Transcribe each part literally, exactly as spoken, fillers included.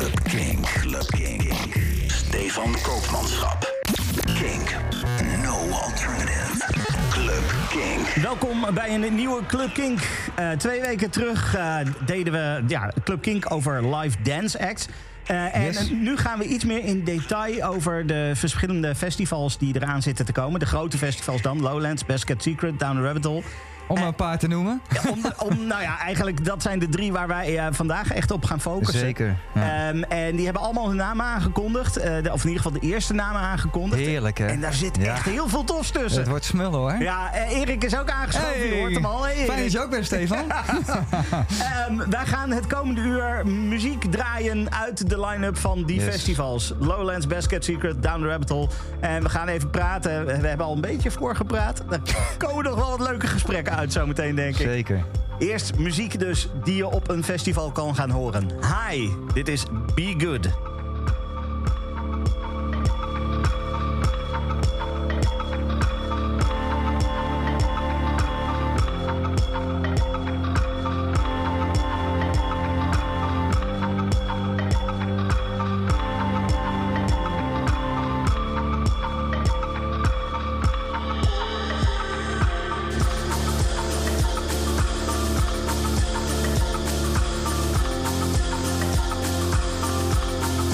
Club Kink. Club Kink. Stefan Koopmanschap. Kink. No alternative. Club Kink. Welkom bij een nieuwe Club Kink. Uh, twee weken terug uh, deden we ja, Club Kink over live dance acts. Uh, en Yes. nu gaan we iets meer in detail over de verschillende festivals die eraan zitten te komen. De grote festivals dan, Lowlands, Best Kept Secret, Down the Rabbit Hole. Om Uh, een paar te noemen. Ja, om, om, nou ja, eigenlijk dat zijn de drie waar wij uh, vandaag echt op gaan focussen. Zeker. Ja. Um, en die hebben allemaal hun namen aangekondigd. Uh, de, of in ieder geval de eerste namen aangekondigd. Heerlijk, hè? En daar zit Ja. echt heel veel tofs tussen. Het wordt smullen, hoor. Ja, uh, Erik is ook aangeschoven. Hey. Je hoort hem al. Hey, Erik. Fijn dat je ook bent, Stefan. um, wij gaan het komende uur muziek draaien uit de line-up van die Yes. festivals. Lowlands, Best Kept Secret, Down the Rabbit Hole. En we gaan even praten. We hebben al een beetje voorgepraat. Daar komen nog wel wat leuke gesprekken uit zometeen, denk ik. Zeker. Eerst muziek dus die je op een festival kan gaan horen. Hi, dit is Be Good. Be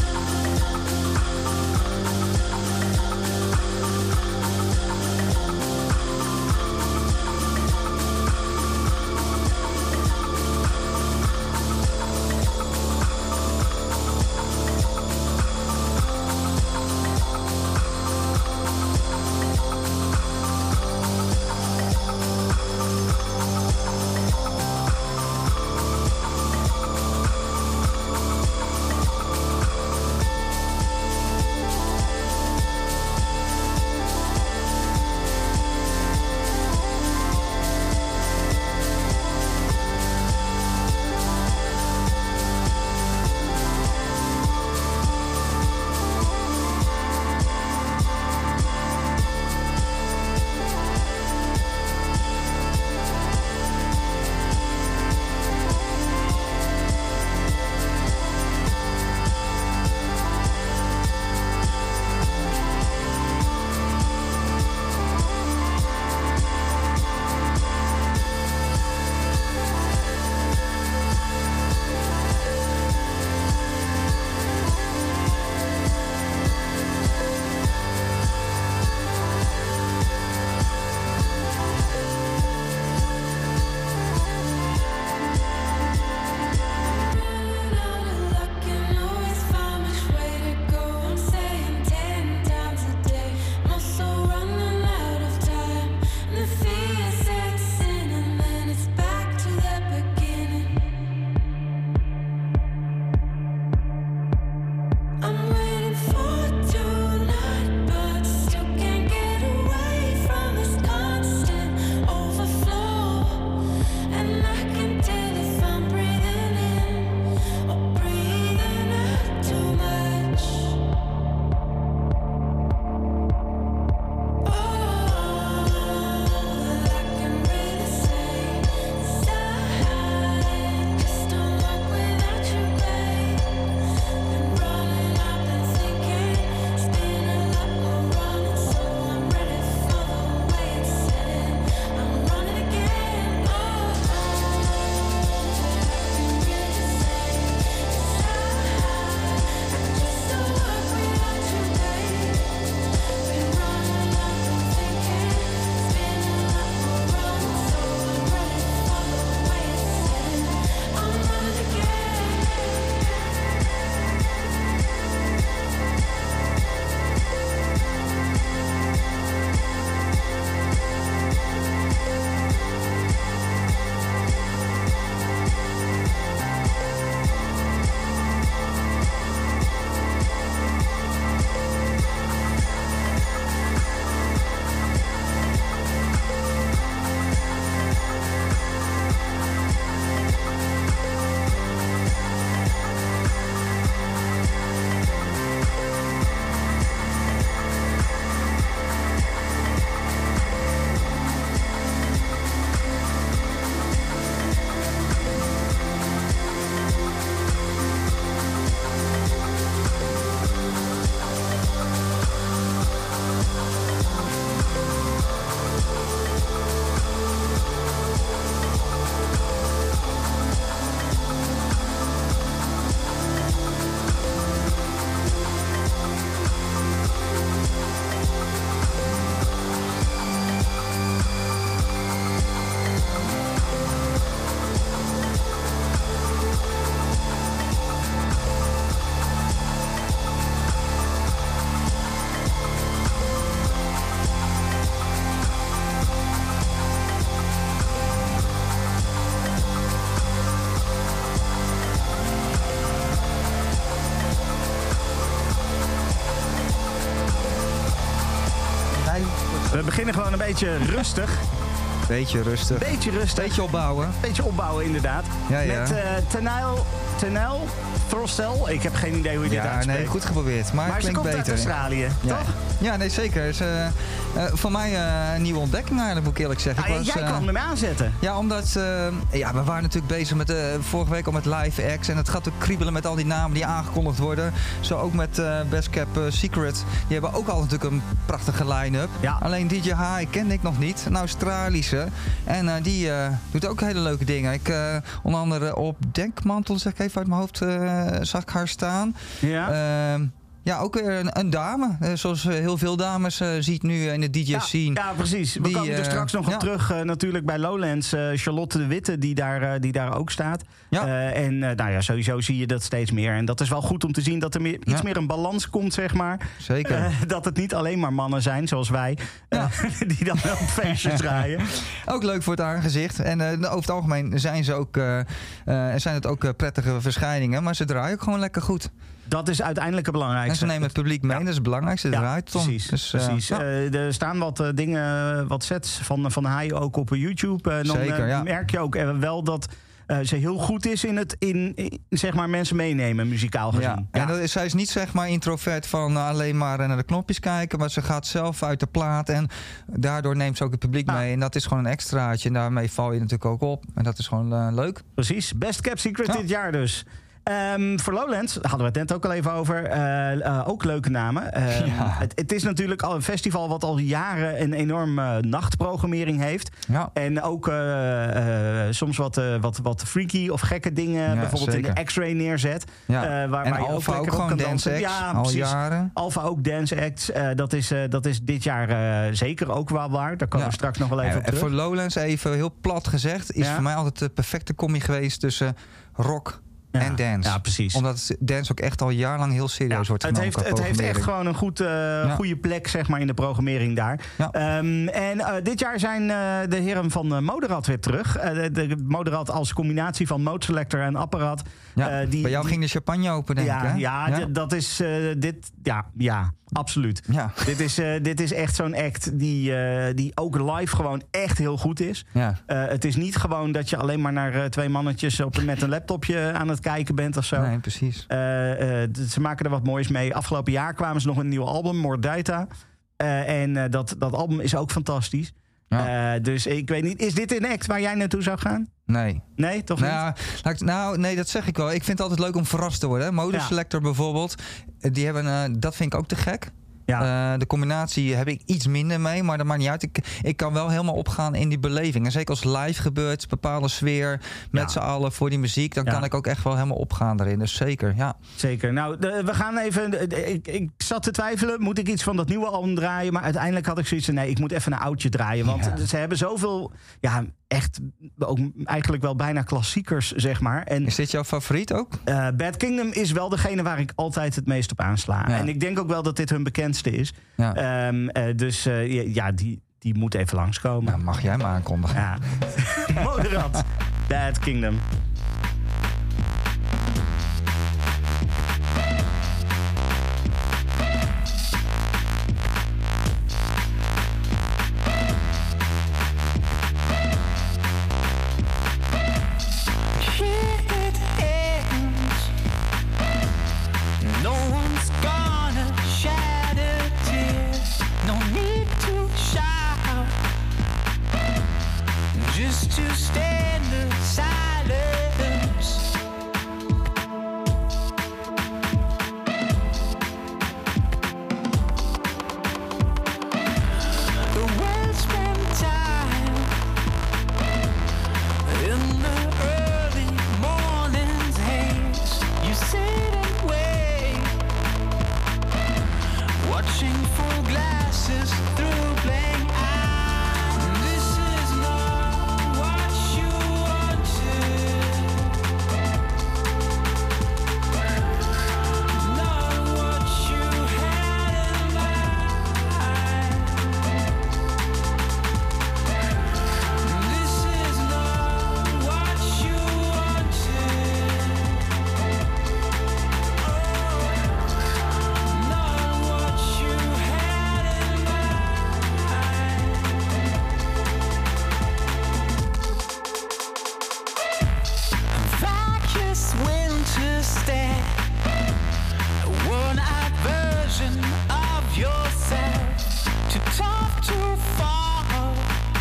beginnen gewoon een beetje rustig. Beetje rustig. Beetje rustig. Beetje opbouwen. Beetje opbouwen, inderdaad. Ja, ja. Met uh, Tenel, Tenel Throstel. Ik heb geen idee hoe je dit ja, uitspreekt. nee, goed geprobeerd. Maar, maar het ze klinkt komt beter. uit Australië, ja. toch? Ja, nee, zeker. Is, uh, uh, voor mij uh, een nieuwe ontdekking eigenlijk, moet ik eerlijk zeggen. Ah, ik was, jij uh, kwam hem aanzetten. Ja, omdat uh, ja, we waren natuurlijk bezig met uh, vorige week al met live acts. En het gaat ook kriebelen met al die namen die aangekondigd worden. Zo ook met uh, Best Kept uh, Secret. Die hebben ook al natuurlijk een prachtige line-up. Ja. Alleen D J H kende ik nog niet. Een Australische. En uh, die uh, doet ook hele leuke dingen. Ik uh, onder andere op Denkmantel, zeg ik even uit mijn hoofd, uh, zag ik haar staan. Ja. Uh, Ja, ook weer een, een dame. Uh, zoals uh, heel veel dames uh, ziet nu in de D J-scene. Ja, ja, precies. We die, komen er straks nog uh, op ja. terug uh, natuurlijk bij Lowlands. Uh, Charlotte de Witte, die daar, uh, die daar ook staat. Ja. Uh, en uh, nou ja, sowieso zie je dat steeds meer. En dat is wel goed om te zien dat er meer, iets Ja. meer een balans komt, zeg maar. Zeker. Uh, dat het niet alleen maar mannen zijn, zoals wij, Ja. uh, die dan op feestjes draaien. Ook leuk voor het aangezicht. En uh, over het algemeen zijn, ze ook, uh, uh, zijn het ook uh, prettige verschijningen. Maar ze draaien ook gewoon lekker goed. Dat is uiteindelijk het belangrijkste. En ze nemen het publiek mee, Ja. dat is het belangrijkste. Het Ja, draait om. precies. Dus, uh, precies. ja. Uh, er staan wat uh, dingen, wat sets van, van Hai ook op YouTube. En dan Zeker, uh, ja. merk je ook uh, wel dat uh, ze heel goed is in het in, in zeg maar mensen meenemen, muzikaal gezien. Ja. En dat is, zij is niet zeg maar introvert van uh, alleen maar naar de knopjes kijken. Maar ze gaat zelf uit de plaat. En daardoor neemt ze ook het publiek Ah. mee. En dat is gewoon een extraatje. En daarmee val je natuurlijk ook op. En dat is gewoon uh, leuk. Precies. Best Kept Secret Ja. dit jaar dus. Um, voor Lowlands hadden we het net ook al even over. Uh, uh, ook leuke namen. Um, Ja. het, het is natuurlijk al een festival wat al jaren een enorme nachtprogrammering heeft. Ja. En ook uh, uh, soms wat, uh, wat, wat freaky of gekke dingen. Ja, bijvoorbeeld zeker. in de X-Ray neerzet. Ja. Uh, waar, En waar je Alpha ook, lekker op gewoon kan dance dansen. acts, Ja, al precies. jaren. Alpha ook dance acts. Uh, dat, is, uh, dat is dit jaar uh, zeker ook wel waar. Daar komen Ja. we straks nog wel even En op terug. voor Lowlands, even heel plat gezegd, is Ja. voor mij altijd de perfecte combie geweest tussen rock Ja. en dance. Ja, precies. Omdat dance ook echt al jarenlang heel serieus wordt het, genomen. heeft, qua het heeft echt programmering. gewoon een goed, uh, goede plek zeg maar, in de programmering daar. Ja. Um, en uh, dit jaar zijn uh, de heren van uh, Moderat weer terug. Uh, de, de Moderat als combinatie van Mode Selector en Apparaat. Ja. Uh, die, Bij jou die, ging de champagne open, denk ja, ik, hè? ja, Ja. d- dat is uh, dit. Ja, ja, absoluut. Ja. dit, is, uh, dit is echt zo'n act die, uh, die ook live gewoon echt heel goed is. Ja. Uh, het is niet gewoon dat je alleen maar naar uh, twee mannetjes op, met een laptopje aan het kijken bent of zo. Nee, precies. Uh, uh, d- ze maken er wat moois mee. Afgelopen jaar kwamen ze nog met een nieuw album, Mordata. Uh, en uh, dat, dat album is ook fantastisch. Ja. Uh, dus ik weet niet, is dit een act waar jij naartoe zou gaan? Nee. Nee, toch niet? Nou, laat ik- nou, nee, dat zeg ik wel. Ik vind het altijd leuk om verrast te worden. Hè? Mode Ja. Selector bijvoorbeeld. eh, Die hebben, uh, dat vind ik ook te gek. Ja. Uh, de combinatie heb ik iets minder mee, maar dat maakt niet uit. Ik, ik kan wel helemaal opgaan in die beleving. En zeker als live gebeurt, bepaalde sfeer met Ja. z'n allen voor die muziek, dan Ja. kan ik ook echt wel helemaal opgaan erin. Dus zeker, ja. Zeker. Nou, de- we gaan even... de- de- ik, ik zat te twijfelen, moet ik iets van dat nieuwe album draaien? Maar uiteindelijk had ik zoiets van, nee, ik moet even een oudje draaien. Want Ja. ze hebben zoveel, ja, echt ook eigenlijk wel bijna klassiekers, zeg maar. En Is dit jouw favoriet ook? Uh, Bad Kingdom is wel degene waar ik altijd het meest op aansla. Ja. En ik denk ook wel dat dit hun bekendste is. Ja. Um, uh, dus uh, ja, ja, die, die moet even langskomen. Nou, mag jij maar aankondigen. Ja. Moderat. Bad Kingdom. No one's gonna shed a tear. No need to shout. Just to stand in silence. The world spent time in the early morning's haze. You sit and wait, watching full glasses through blank eyes. This is not what you out version of yourself to talk too far,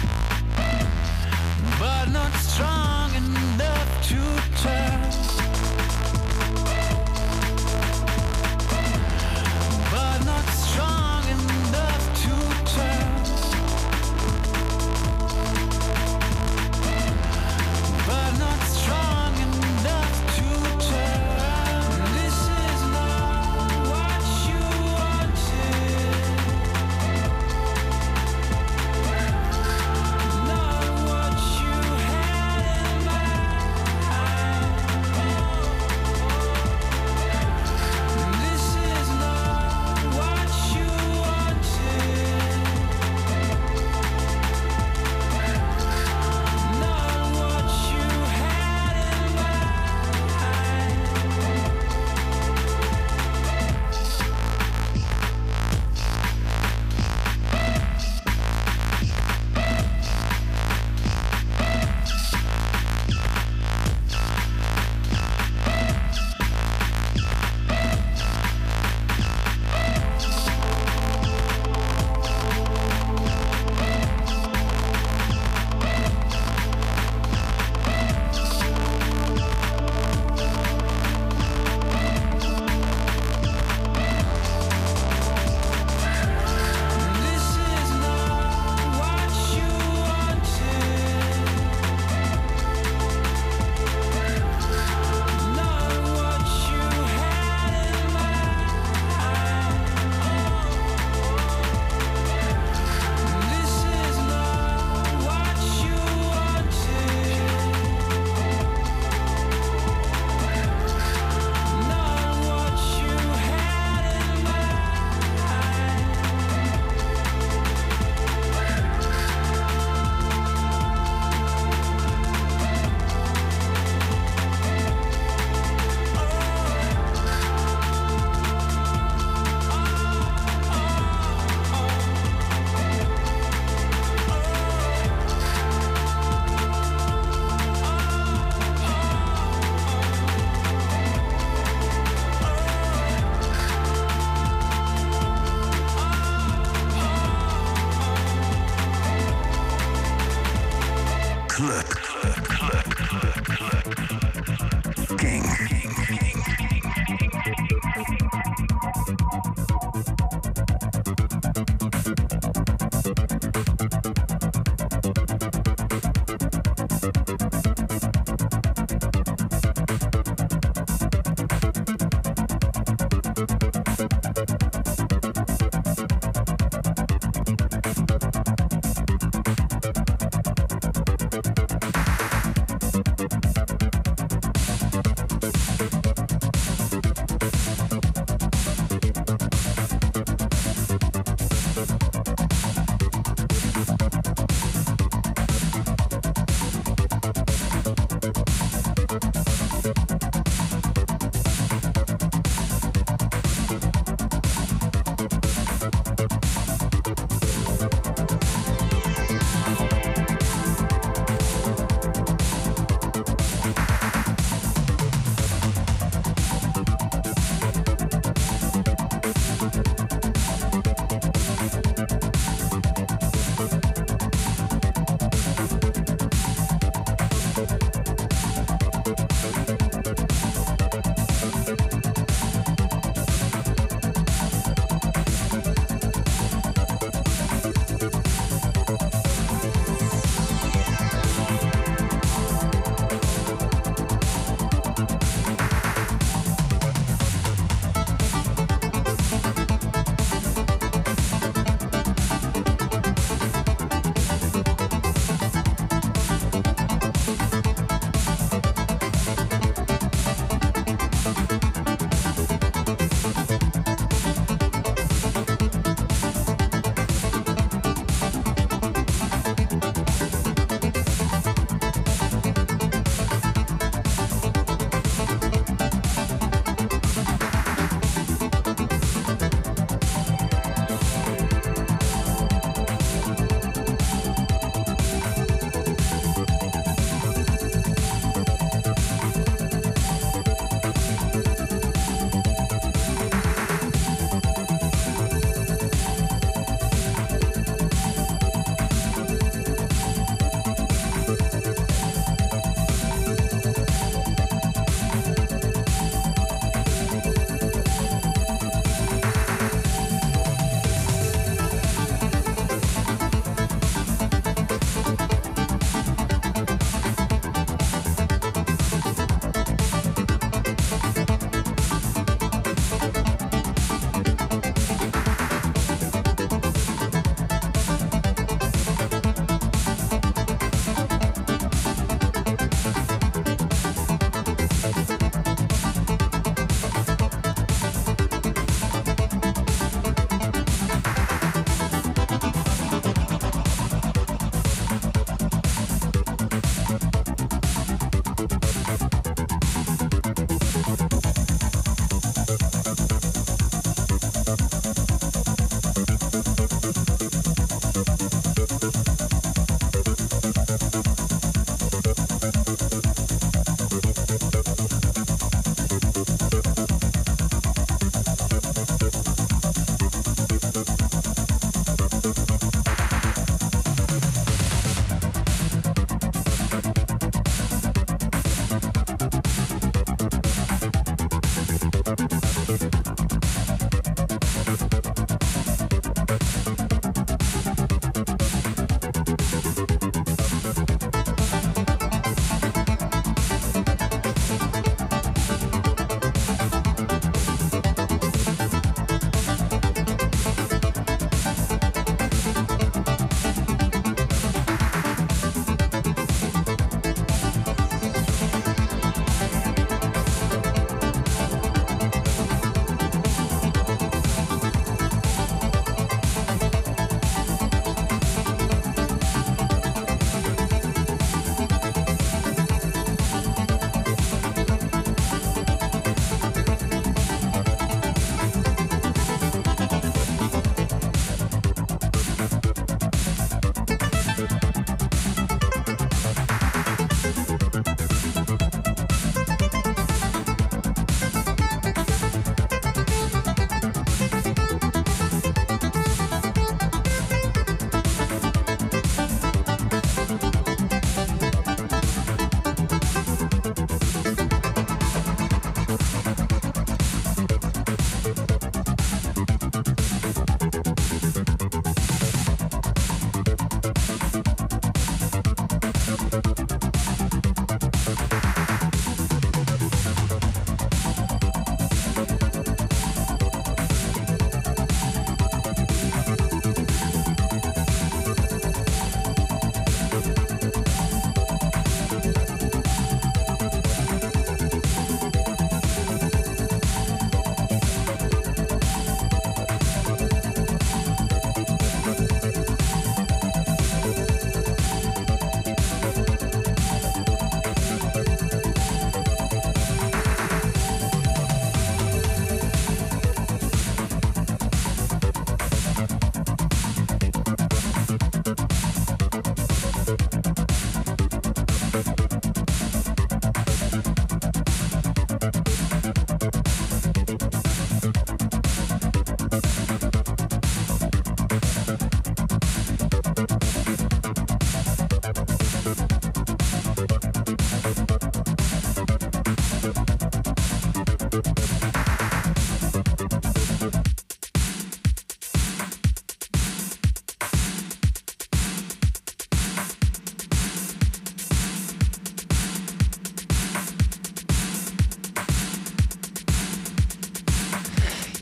but not strong enough to turn. But not strong enough to turn. But not strong enough to turn. This is not what you wanted. Not what you had in mind. This is not what you wanted. Not what you had in This is not what you wanted. Not what you had in mind. This is not what you wanted. Not what you had in Club, club, club, club, club. King.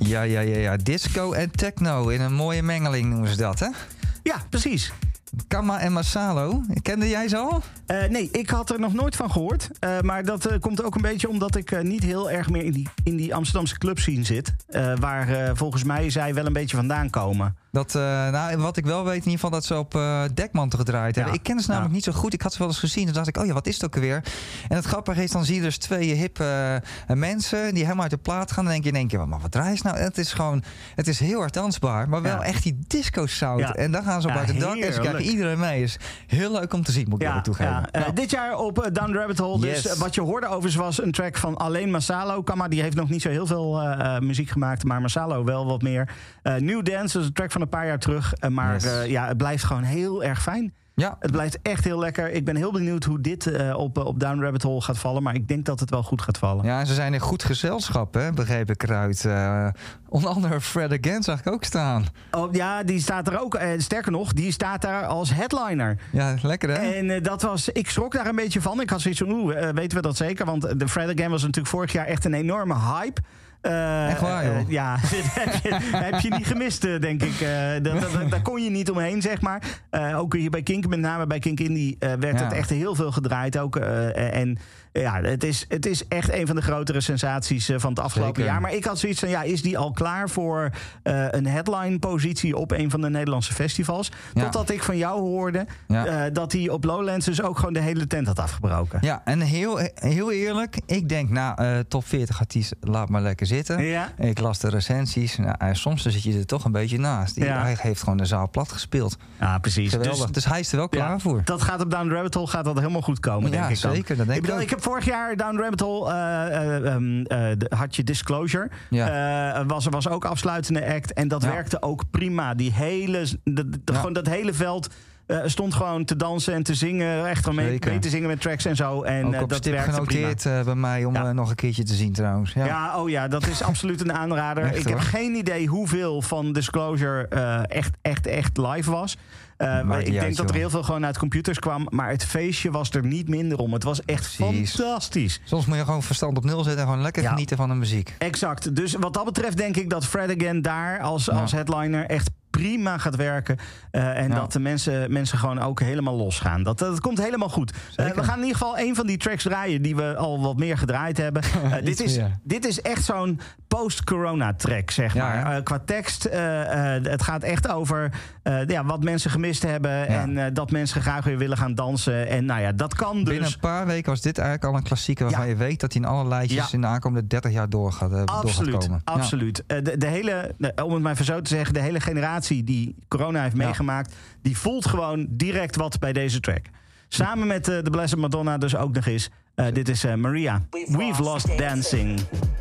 Ja, ja, ja, ja. Disco en techno in een mooie mengeling noemen ze dat, hè? Ja, precies. Kama en Masalo. Kende jij ze al? Uh, nee, ik had er nog nooit van gehoord. Uh, maar dat uh, komt ook een beetje omdat ik uh, niet heel erg meer in die, in die Amsterdamse clubscene zit. Uh, waar uh, volgens mij zij wel een beetje vandaan komen. Dat, uh, nou, wat ik wel weet in ieder geval dat ze op uh, Dekmantel gedraaid hebben. Ja. Ik ken ze namelijk Ja. niet zo goed. Ik had ze wel eens gezien. Toen dacht ik, oh ja, wat is het ook alweer? En het grappige is, dan zie je dus twee hippe uh, mensen die helemaal uit de plaat gaan. Dan denk je in één keer, maar wat draaien ze nou? Het is gewoon, het is heel erg dansbaar. Maar wel Ja. echt die disco sound. Ja. En dan gaan ze op Ja, uit het dak en ze heerlijk. krijgen iedereen mee. Is heel leuk om te zien, moet ik wel toegeven. Ja. Uh, Ja. Dit jaar op uh, Down the Rabbit Hole. Yes. Dus uh, wat je hoorde overigens was een track van alleen Masalo. Kama die heeft nog niet zo heel veel uh, uh, muziek gemaakt. Maar Masalo wel wat meer. Uh, New Dance, dat is een track van een paar jaar terug. Uh, maar Yes. uh, ja, het blijft gewoon heel erg fijn. Ja. Het blijft echt heel lekker. Ik ben heel benieuwd hoe dit uh, op, uh, op Down Rabbit Hole gaat vallen. Maar ik denk dat het wel goed gaat vallen. Ja, en ze zijn in goed gezelschap, hè, begreep ik eruit. Uh, onder andere Fred Again zag ik ook staan. Oh, ja, die staat er ook. Uh, sterker nog, die staat daar als headliner. Ja, lekker hè? En uh, dat was, ik schrok daar een beetje van. Ik had zoiets van, oeh, uh, weten we dat zeker? Want de Fred Again was natuurlijk vorig jaar echt een enorme hype. Uh, Echt waar, joh? Uh, ja, heb, je, heb je niet gemist, uh, denk ik. Uh, dat, dat, daar kon je niet omheen, zeg maar. Uh, ook hier bij Kink, met name bij Kink Indie, uh, werd Ja. het echt heel veel gedraaid ook. Uh, en ja, het is, het is echt een van de grotere sensaties uh, van het afgelopen Zeker. jaar. Maar ik had zoiets van, ja, is die al klaar voor uh, een headline-positie op een van de Nederlandse festivals? Ja. Totdat ik van jou hoorde Ja. uh, dat hij op Lowlands dus ook gewoon de hele tent had afgebroken. Ja, en heel, heel eerlijk, ik denk, nou, uh, top veertig artiest, laat maar lekker zitten. Ja. Ik las de recensies. Nou, uh, soms dan zit je er toch een beetje naast. Die, Ja. Hij heeft gewoon de zaal plat gespeeld. Ja, precies. Geweldig. Dus, Dus, hij is er wel klaar ja, voor. dat gaat op Down the Rabbit Hole gaat dat helemaal goed komen, Ja, denk ik dan. zeker, dat denk ik ik bedoel, ook. ik heb vorig jaar Down the Rabbit Hole, uh, uh, um, uh, de- had je Disclosure. Ja. Uh, was, was ook afsluitende act. En dat Ja. werkte ook prima. Die hele, de, de- Ja. gewoon dat hele veld uh, stond gewoon te dansen en te zingen. Echt gewoon mee, Zeker. mee te zingen met tracks en zo. En Ook uh, op dat stip werkte genoteerd prima. uh, bij mij om Ja. uh, nog een keertje te zien trouwens. Ja. Ja, oh ja, dat is absoluut een aanrader. Echt, ik hoor. heb geen idee hoeveel van Disclosure uh, echt, echt, echt live was. Uh, maar Maakt ik niet denk uit, dat er joh. heel veel gewoon uit computers kwam. Maar het feestje was er niet minder om. Het was echt Precies. fantastisch. Soms moet je gewoon verstand op nul zetten en gewoon lekker Ja. genieten van de muziek. Exact. Dus wat dat betreft denk ik dat Fred Again daar als, Ja. als headliner echt prima gaat werken. Uh, en Ja. dat de mensen, mensen gewoon ook helemaal losgaan. Dat, dat komt helemaal goed. Uh, Zeker. we gaan in ieder geval een van die tracks draaien die we al wat meer gedraaid hebben. Uh, dit, Iets is, meer. dit is echt zo'n post-corona track, zeg Ja, maar. hè? Uh, qua tekst, uh, uh, het gaat echt over uh, ja, wat mensen gemist hebben. Ja. En uh, dat mensen graag weer willen gaan dansen. En nou ja, dat kan dus. Binnen een paar weken was dit eigenlijk al een klassieker waarvan Ja. je weet dat hij in alle lijstjes Ja. in de aankomende dertig jaar door gaat, uh, door gaat Absoluut, komen. Ja. absoluut. Uh, de, de hele, de- om het maar even zo te zeggen, de hele generatie die corona heeft Ja. meegemaakt, die voelt gewoon direct wat bij deze track. Samen met uh, de Blessed Madonna dus ook nog eens. Uh, dit is uh, Maria. We've We've lost lost dancing. dancing.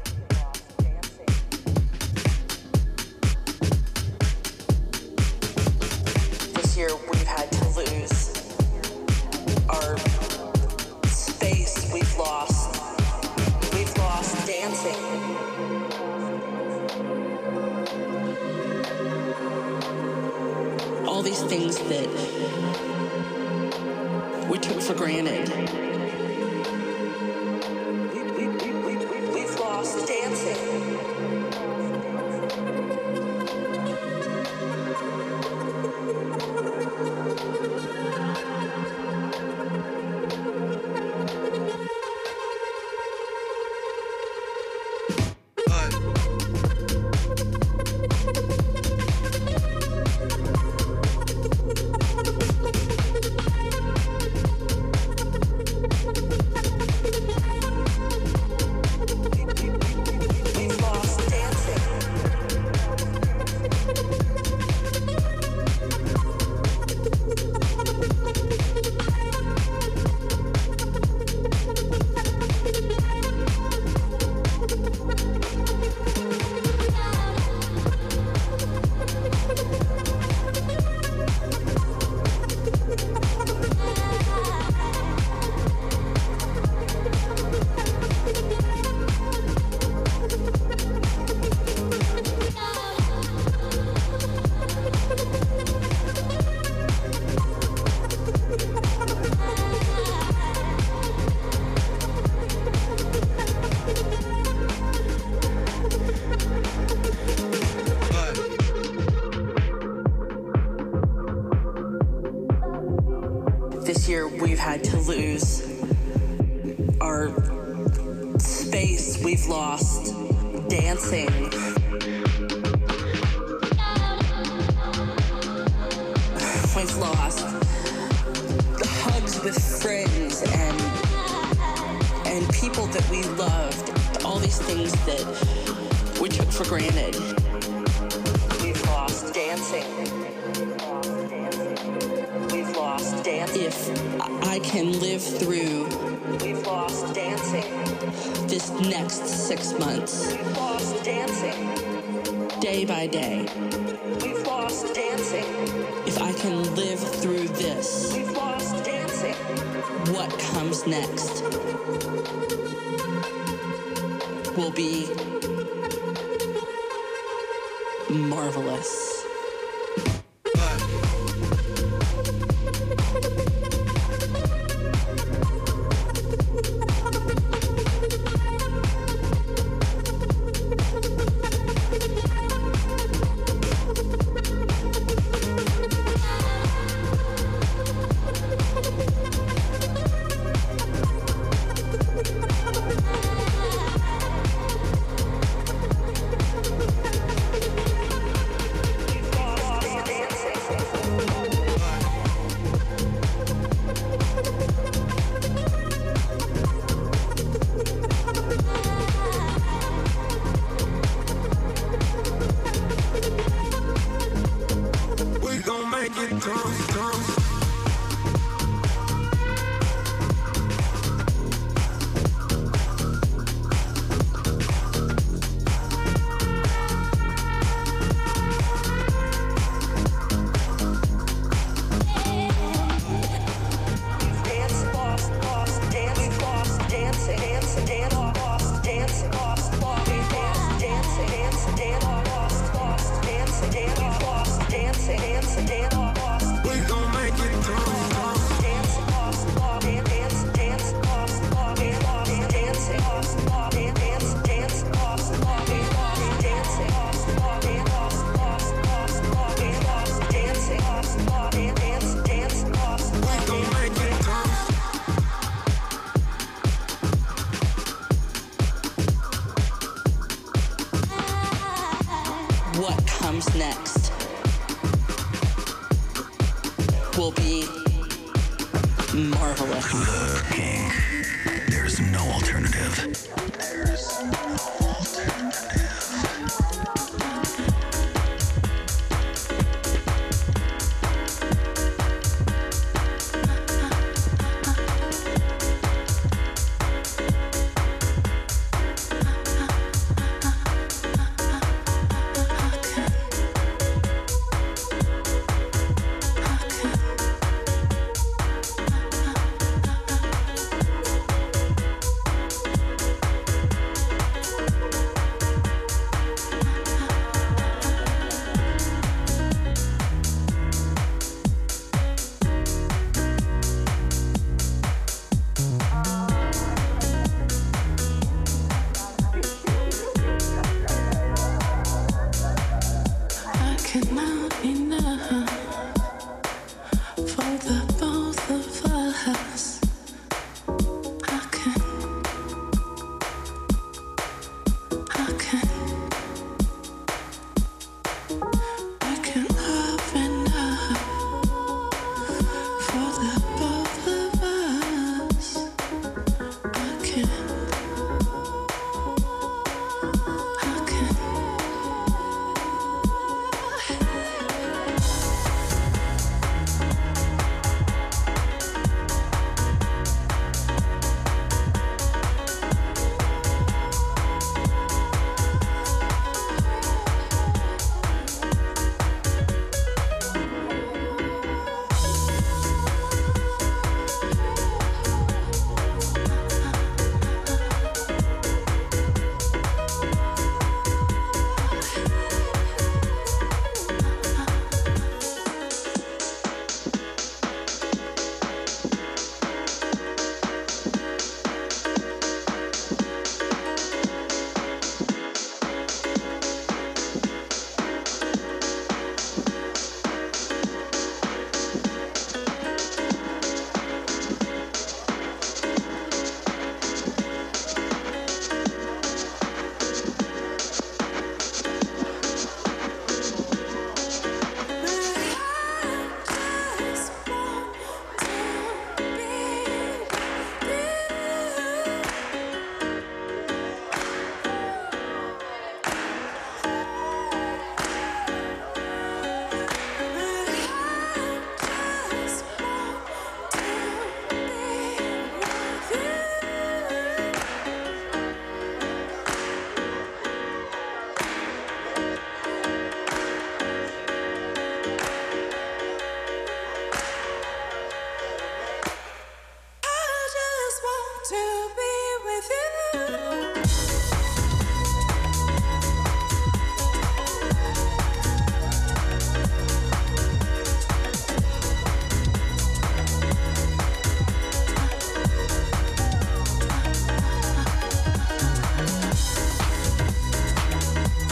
This year we've had to lose our space. We've lost. We've lost dancing. All these things that we took for granted. We, we, we, we, we, we've lost dancing. space we've lost dancing. We've lost the hugs with friends and and people that we loved. All these things that we took for granted. We've lost dancing. We've lost dancing. If I can live through, we've lost dancing. This next six months, we've lost dancing. Day by day, we've lost dancing. If I can live through this, we've lost dancing. What comes next will be marvelous. What comes next will be marvelous. The King. There's no alternative. There's no alternative.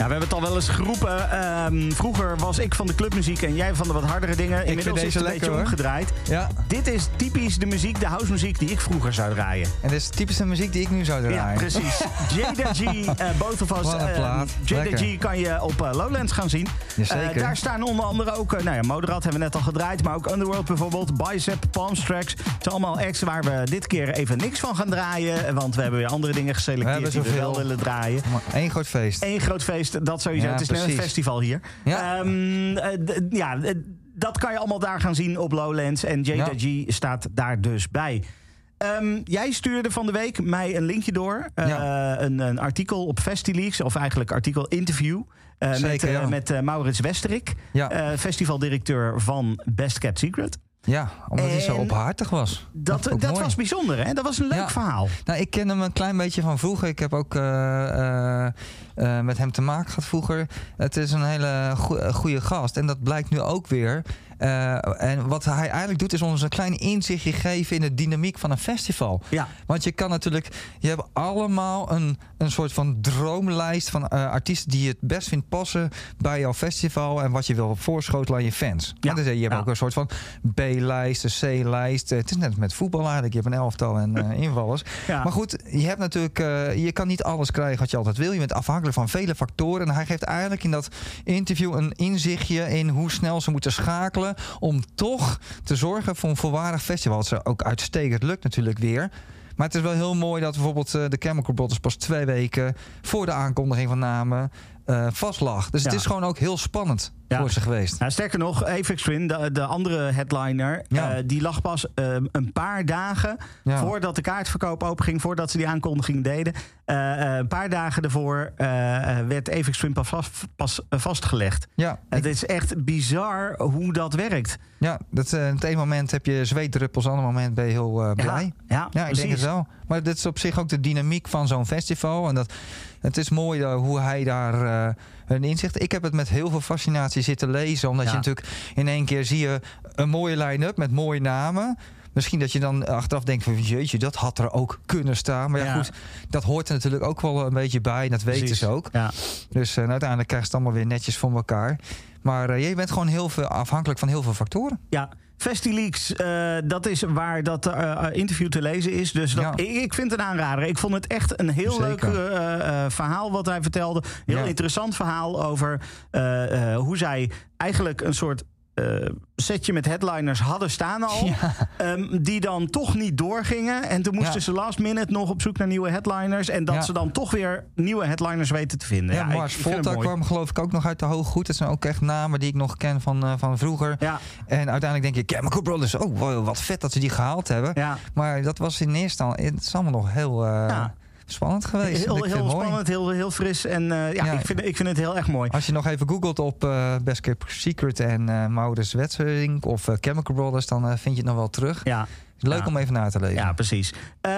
we hebben het al wel eens geroepen. Um, vroeger was ik van de clubmuziek en jij van de wat hardere dingen. Inmiddels is het een beetje omgedraaid. Ja. Dit is typisch de muziek, de housemuziek die ik vroeger zou draaien. En dit is typisch de muziek die ik nu zou draaien. Ja, precies. Jada G, uh, both of us. Wat een plaat. Uh, Jada Lekker. G kan je op uh, Lowlands gaan zien. Jazeker. Uh, daar staan onder andere ook, uh, nou ja, Moderat hebben we net al gedraaid, maar ook Underworld bijvoorbeeld, Bicep, Palm Tracks. Het zijn allemaal acts waar we dit keer even niks van gaan draaien, want we hebben weer andere dingen geselecteerd die we wel willen draaien. Eén groot feest. Eén groot feest, dat sowieso. Ja, het is net precies. een festival hier. Ja. Um, uh, d- ja, uh, dat kan je allemaal daar gaan zien op Lowlands. En Jada Ja. G staat daar dus bij. Um, jij stuurde van de week mij een linkje door. Uh, Ja. een, een artikel op FestiLeaks, of eigenlijk artikel interview. Uh, Zeker, met uh, ja. met uh, Maurits Westerik, Ja. uh, festivaldirecteur van Best Kept Secret. Ja, omdat hij zo En openhartig was. Dat, vond ik ook dat mooi. was bijzonder, hè? Dat was een leuk Ja. verhaal. Nou, ik ken hem een klein beetje van vroeger. Ik heb ook uh, uh, uh, met hem te maken gehad vroeger. Het is een hele goede gast. En dat blijkt nu ook weer. Uh, en wat hij eigenlijk doet, is ons een klein inzichtje geven in de dynamiek van een festival. Ja. Want je kan natuurlijk, je hebt allemaal een, een soort van droomlijst van uh, artiesten die je het best vindt passen bij jouw festival en wat je wil voorschotelen aan je fans. Ja. Dus, uh, je hebt Ja. ook een soort van B-lijst, een C-lijst. Uh, het is net met voetbal eigenlijk. Je hebt een elftal en uh, invallers. Ja. Maar goed, je hebt natuurlijk, uh, je kan niet alles krijgen wat je altijd wil. Je bent afhankelijk van vele factoren. En hij geeft eigenlijk in dat interview een inzichtje in hoe snel ze moeten schakelen om toch te zorgen voor een volwaardig festival. Het is ook uitstekend lukt natuurlijk weer. Maar het is wel heel mooi dat bijvoorbeeld uh, de Chemical Brothers pas twee weken voor de aankondiging van namen uh, vast lag. Dus Ja. het is gewoon ook heel spannend Ja. voor ze geweest. Nou, sterker nog, Aphex Twin, de, de andere headliner, Ja. uh, die lag pas uh, een paar dagen Ja. voordat de kaartverkoop openging, voordat ze die aankondiging deden. Uh, uh, een paar dagen ervoor uh, uh, werd Aphex Twin pas, vast, pas uh, vastgelegd. Ja, Het is echt bizar hoe dat werkt. ja dat, uh, op het ene moment heb je zweetdruppels, op het andere moment ben je heel uh, blij. Ja, Ja, ik precies. denk het wel. Maar dit is op zich ook de dynamiek van zo'n festival. En dat, het is mooi uh, hoe hij daar uh, een inzicht... Ik heb het met heel veel fascinatie zitten lezen. Omdat Ja. je natuurlijk in één keer zie je een mooie line-up met mooie namen. Misschien dat je dan achteraf denkt van jeetje, dat had er ook kunnen staan. Maar ja, Ja. goed, dat hoort er natuurlijk ook wel een beetje bij. En dat weten Precies. ze ook. Ja. Dus uh, uiteindelijk krijg je het allemaal weer netjes voor elkaar. Maar uh, je bent gewoon heel veel afhankelijk van heel veel factoren. Ja, FestiLeaks, uh, dat is waar dat uh, interview te lezen is. Dus dat, Ja. ik, ik vind het een aanrader. Ik vond het echt een heel Zeker. leuk uh, uh, verhaal wat hij vertelde. Heel Ja. interessant verhaal over uh, uh, hoe zij eigenlijk een soort uh, setje met headliners hadden staan al. Ja. Um, die dan toch niet doorgingen. En toen moesten Ja. ze last minute nog op zoek naar nieuwe headliners. En dat Ja. ze dan toch weer nieuwe headliners weten te vinden. Ja, ik- Mars ik vind het Volta mooi. kwam geloof ik ook nog uit de hoge goed. Dat zijn ook echt namen die ik nog ken van, uh, van vroeger. Ja, En uiteindelijk denk ik, Chemical Brothers, oh wow, wat vet dat ze die gehaald hebben. ja. Maar dat was in eerste instantie, het is allemaal nog heel uh, Ja. spannend geweest. Heel, Ik vind heel het mooi. spannend, heel, heel fris. En uh, ja, Ja. Ik, vind, ik vind het heel erg mooi. Als je nog even googelt op uh, Best Kept Secret en uh, Maurits Wetsering of uh, Chemical Brothers, dan uh, vind je het nog wel terug. Ja. Leuk Ja. om even na te lezen. Ja, precies.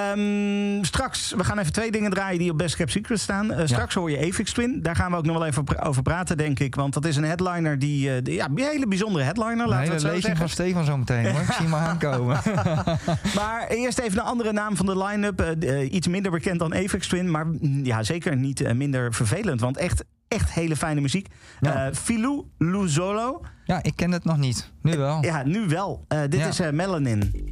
Um, straks, we gaan even twee dingen draaien die op Best Kept Secret staan. Uh, straks hoor je Aphex Twin. Daar gaan we ook nog wel even pra- over praten, denk ik. Want dat is een headliner die... Uh, die ja, een hele bijzondere headliner, Een laten we hele het zo lezing zeggen. van Stefan zo meteen hoor. Ik zie hem aankomen. Maar eerst even een andere naam van de line-up. Uh, uh, iets minder bekend dan Aphex Twin. Maar mm, ja, zeker niet uh, minder vervelend. Want echt, echt hele fijne muziek. Ja. Uh, Filou Luzolo. Ja, ik ken het nog niet. Nu wel. Ja, nu wel. Uh, dit Ja. is uh, Melanin.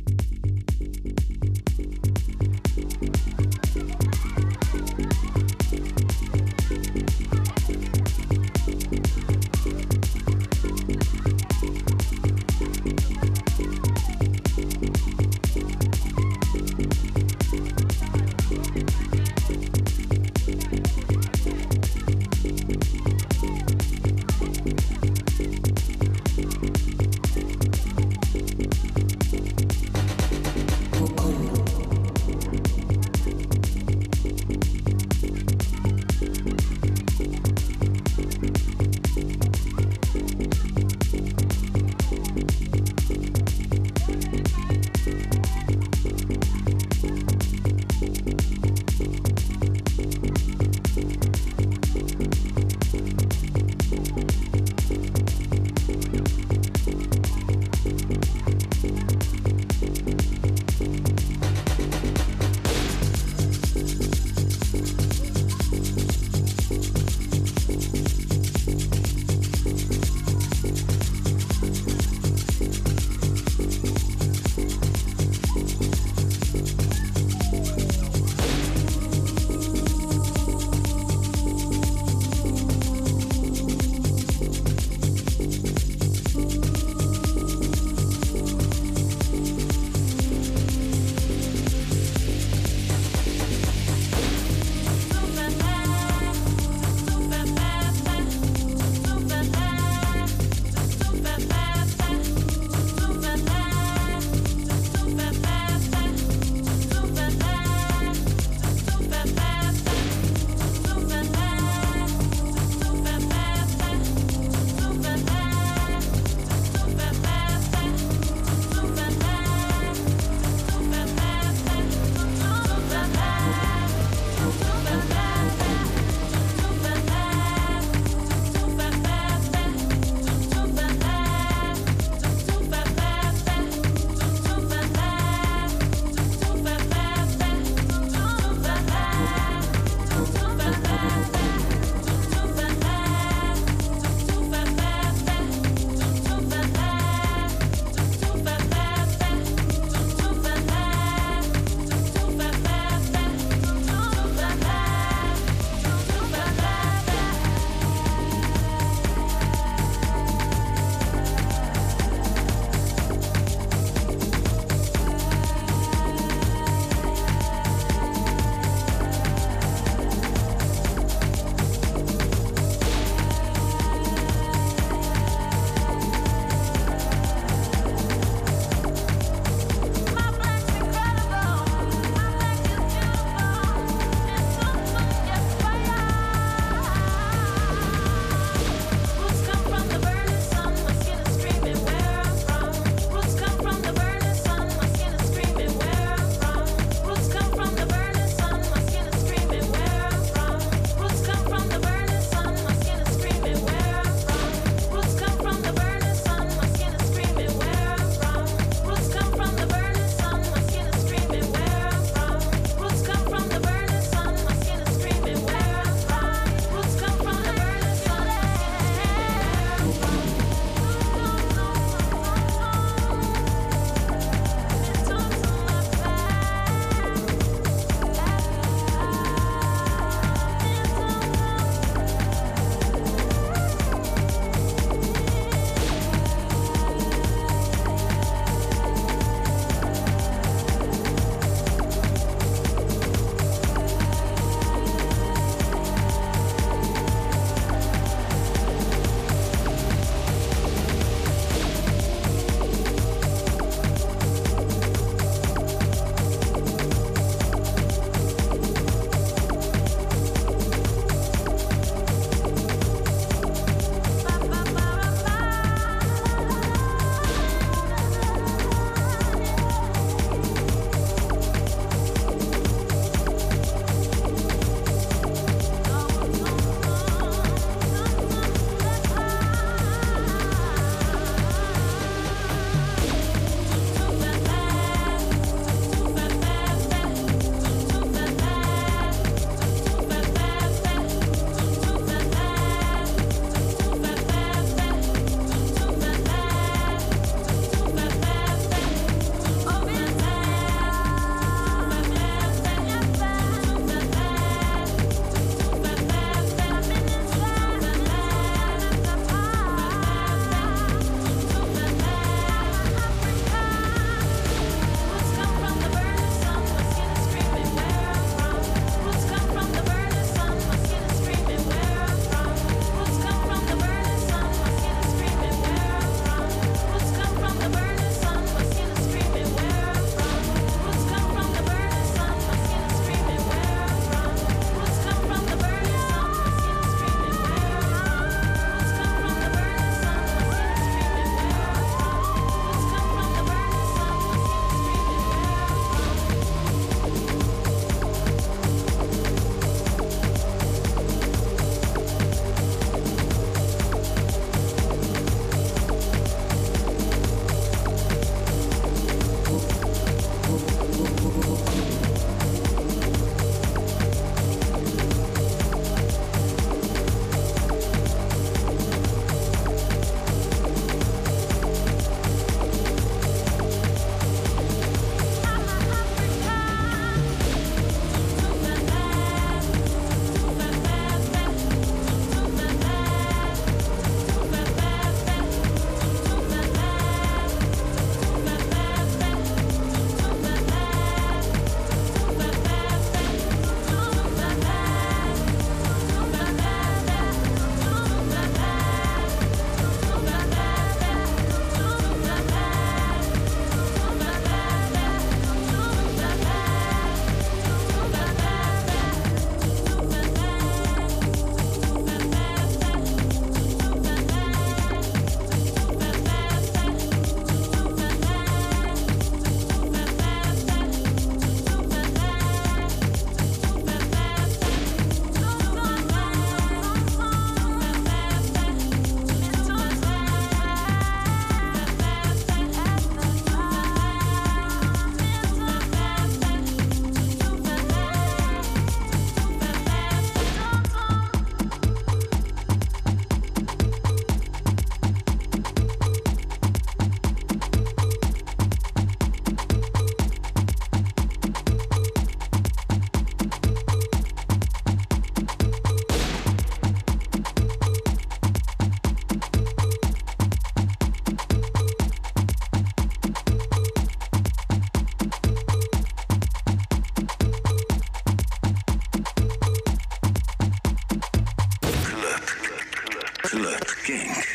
Club Kink.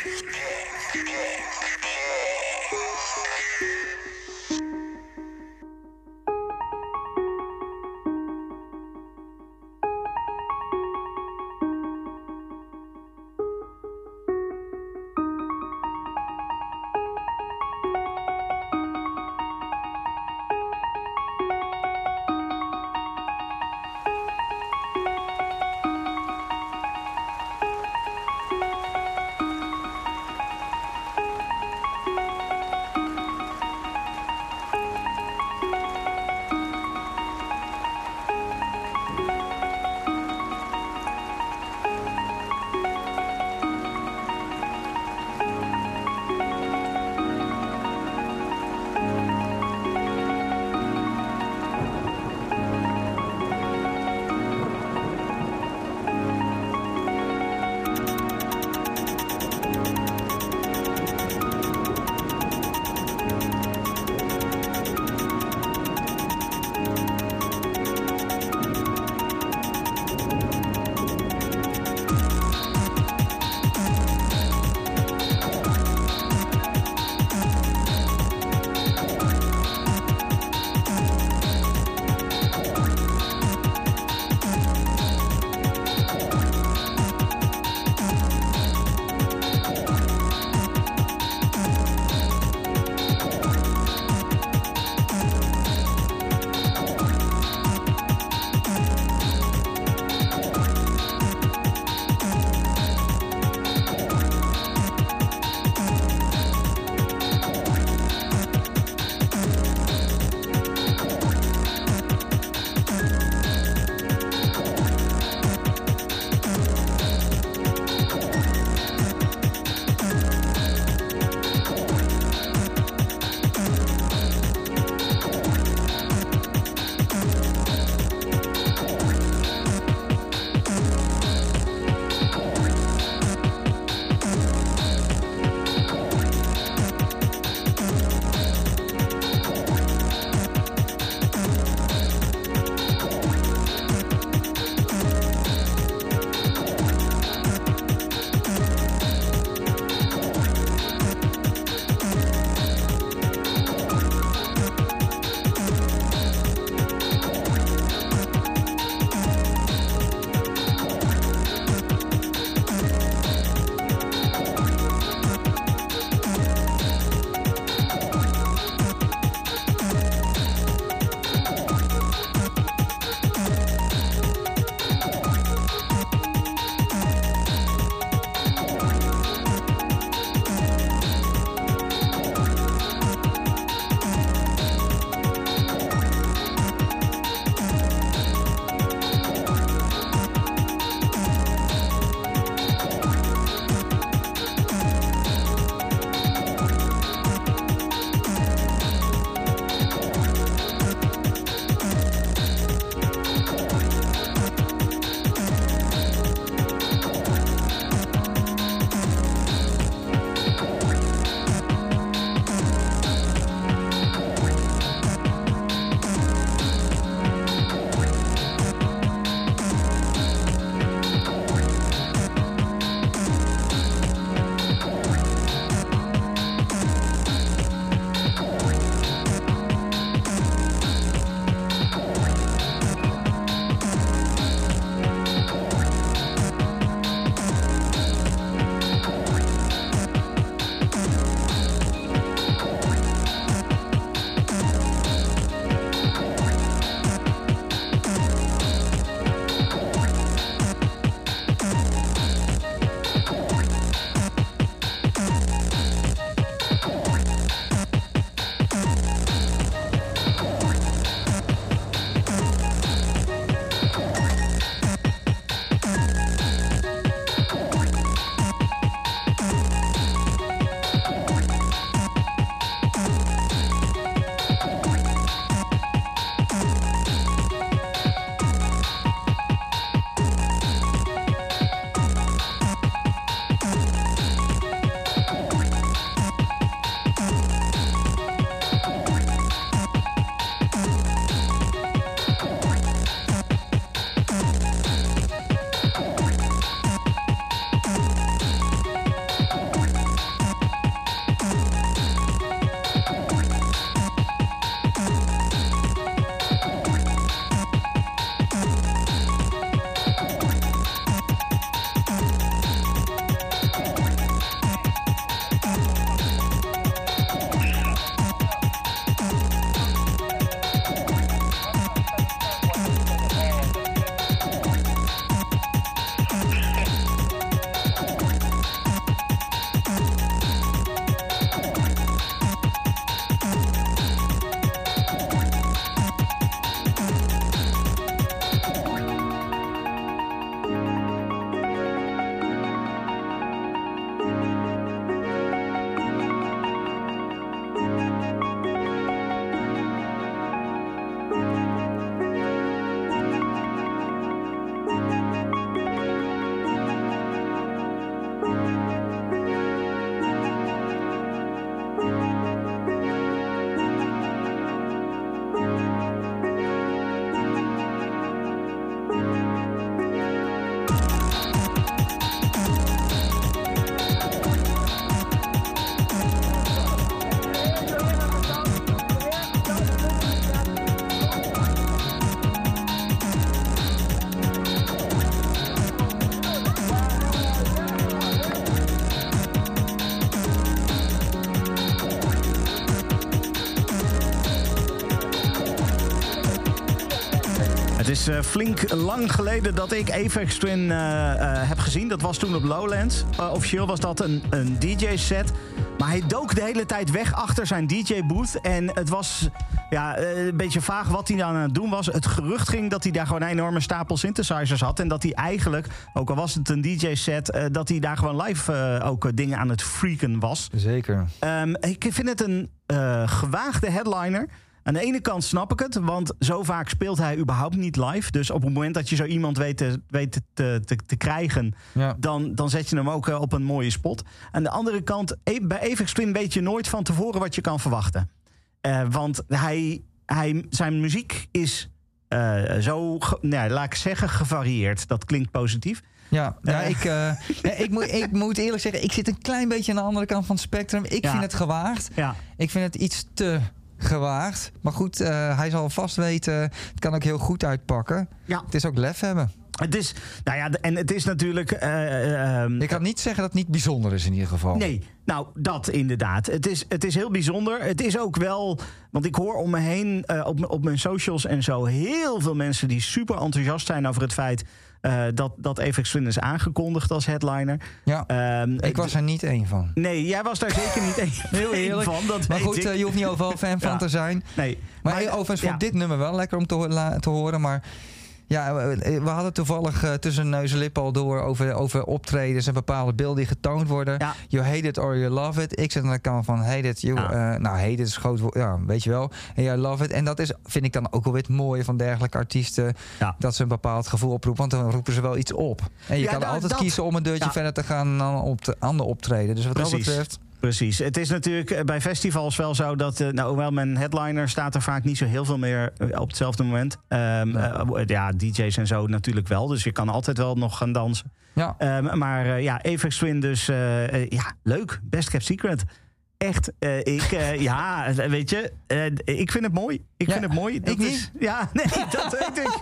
uh, flink lang geleden dat ik Aphex Twin uh, uh, heb gezien. Dat was toen op Lowlands. Uh, officieel was dat een, een D J-set. Maar hij dook de hele tijd weg achter zijn D J-booth. En het was ja, uh, een beetje vaag wat hij dan aan het doen was. Het gerucht ging dat hij daar gewoon een enorme stapel synthesizers had. En dat hij eigenlijk, ook al was het een D J-set... Uh, dat hij daar gewoon live uh, ook uh, dingen aan het freaken was. Zeker. Um, ik vind het een uh, gewaagde headliner. Aan de ene kant snap ik het, want zo vaak speelt hij überhaupt niet live. Dus op het moment dat je zo iemand weet te, weet te, te, te krijgen... Ja. Dan, dan zet je hem ook uh, op een mooie spot. Aan de andere kant, bij Aphex Twin weet je nooit van tevoren wat je kan verwachten. Uh, want hij, hij, zijn muziek is uh, zo, nou, laat ik zeggen, gevarieerd. Dat klinkt positief. Ja, ja, ik, uh, ik, moet, ik moet eerlijk zeggen, ik zit een klein beetje aan de andere kant van het spectrum. Ik ja. vind het gewaagd. Ja. Ik vind het iets te gewaagd. Maar goed, uh, hij zal vast weten, het kan ook heel goed uitpakken. Ja. Het is ook lef hebben. Het is, nou ja, en het is natuurlijk... Uh, uh, ik kan niet zeggen dat het niet bijzonder is in ieder geval. Nee, nou, dat inderdaad. Het is, het is heel bijzonder. Het is ook wel... Want ik hoor om me heen, uh, op, op mijn socials en zo... heel veel mensen die super enthousiast zijn over het feit... Uh, dat, dat Aphex Twin is aangekondigd als headliner. Ja, um, ik was er niet één van. Nee, jij was daar zeker niet één Heel eerlijk. van. Dat maar weet goed, ik. Uh, je hoeft niet overal fan van ja. te zijn. Nee. Maar, maar overigens vond ja. dit nummer wel lekker om te, ho- te horen. Maar ja, we, we hadden toevallig uh, tussen neus en lippen al door... Over, over optredens en bepaalde beelden die getoond worden. Ja. You hate it or you love it. Ik zit aan de kant van hate it. You, ja. uh, nou, hate it is groot woord, ja, weet je wel. En you love it. En dat is, vind ik dan ook wel weer het mooie van dergelijke artiesten. Ja. Dat ze een bepaald gevoel oproepen. Want dan roepen ze wel iets op. En je ja, kan nou, altijd dat... kiezen om een deurtje ja. verder te gaan dan op de andere optreden. Dus wat Precies. dat betreft... Precies. Het is natuurlijk bij festivals wel zo dat... Uh, nou, hoewel mijn headliner staat er vaak niet zo heel veel meer op hetzelfde moment. Um, nee. uh, ja, D J's en zo natuurlijk wel. Dus je kan altijd wel nog gaan dansen. Ja. Um, maar uh, ja, Aphex Twin dus... Uh, uh, ja, leuk. Best kept secret. Echt, uh, ik, uh, ja, weet je, uh, ik vind het mooi. Ik ja, vind het mooi. Dat ik is, niet. Ja, nee, dat weet ik.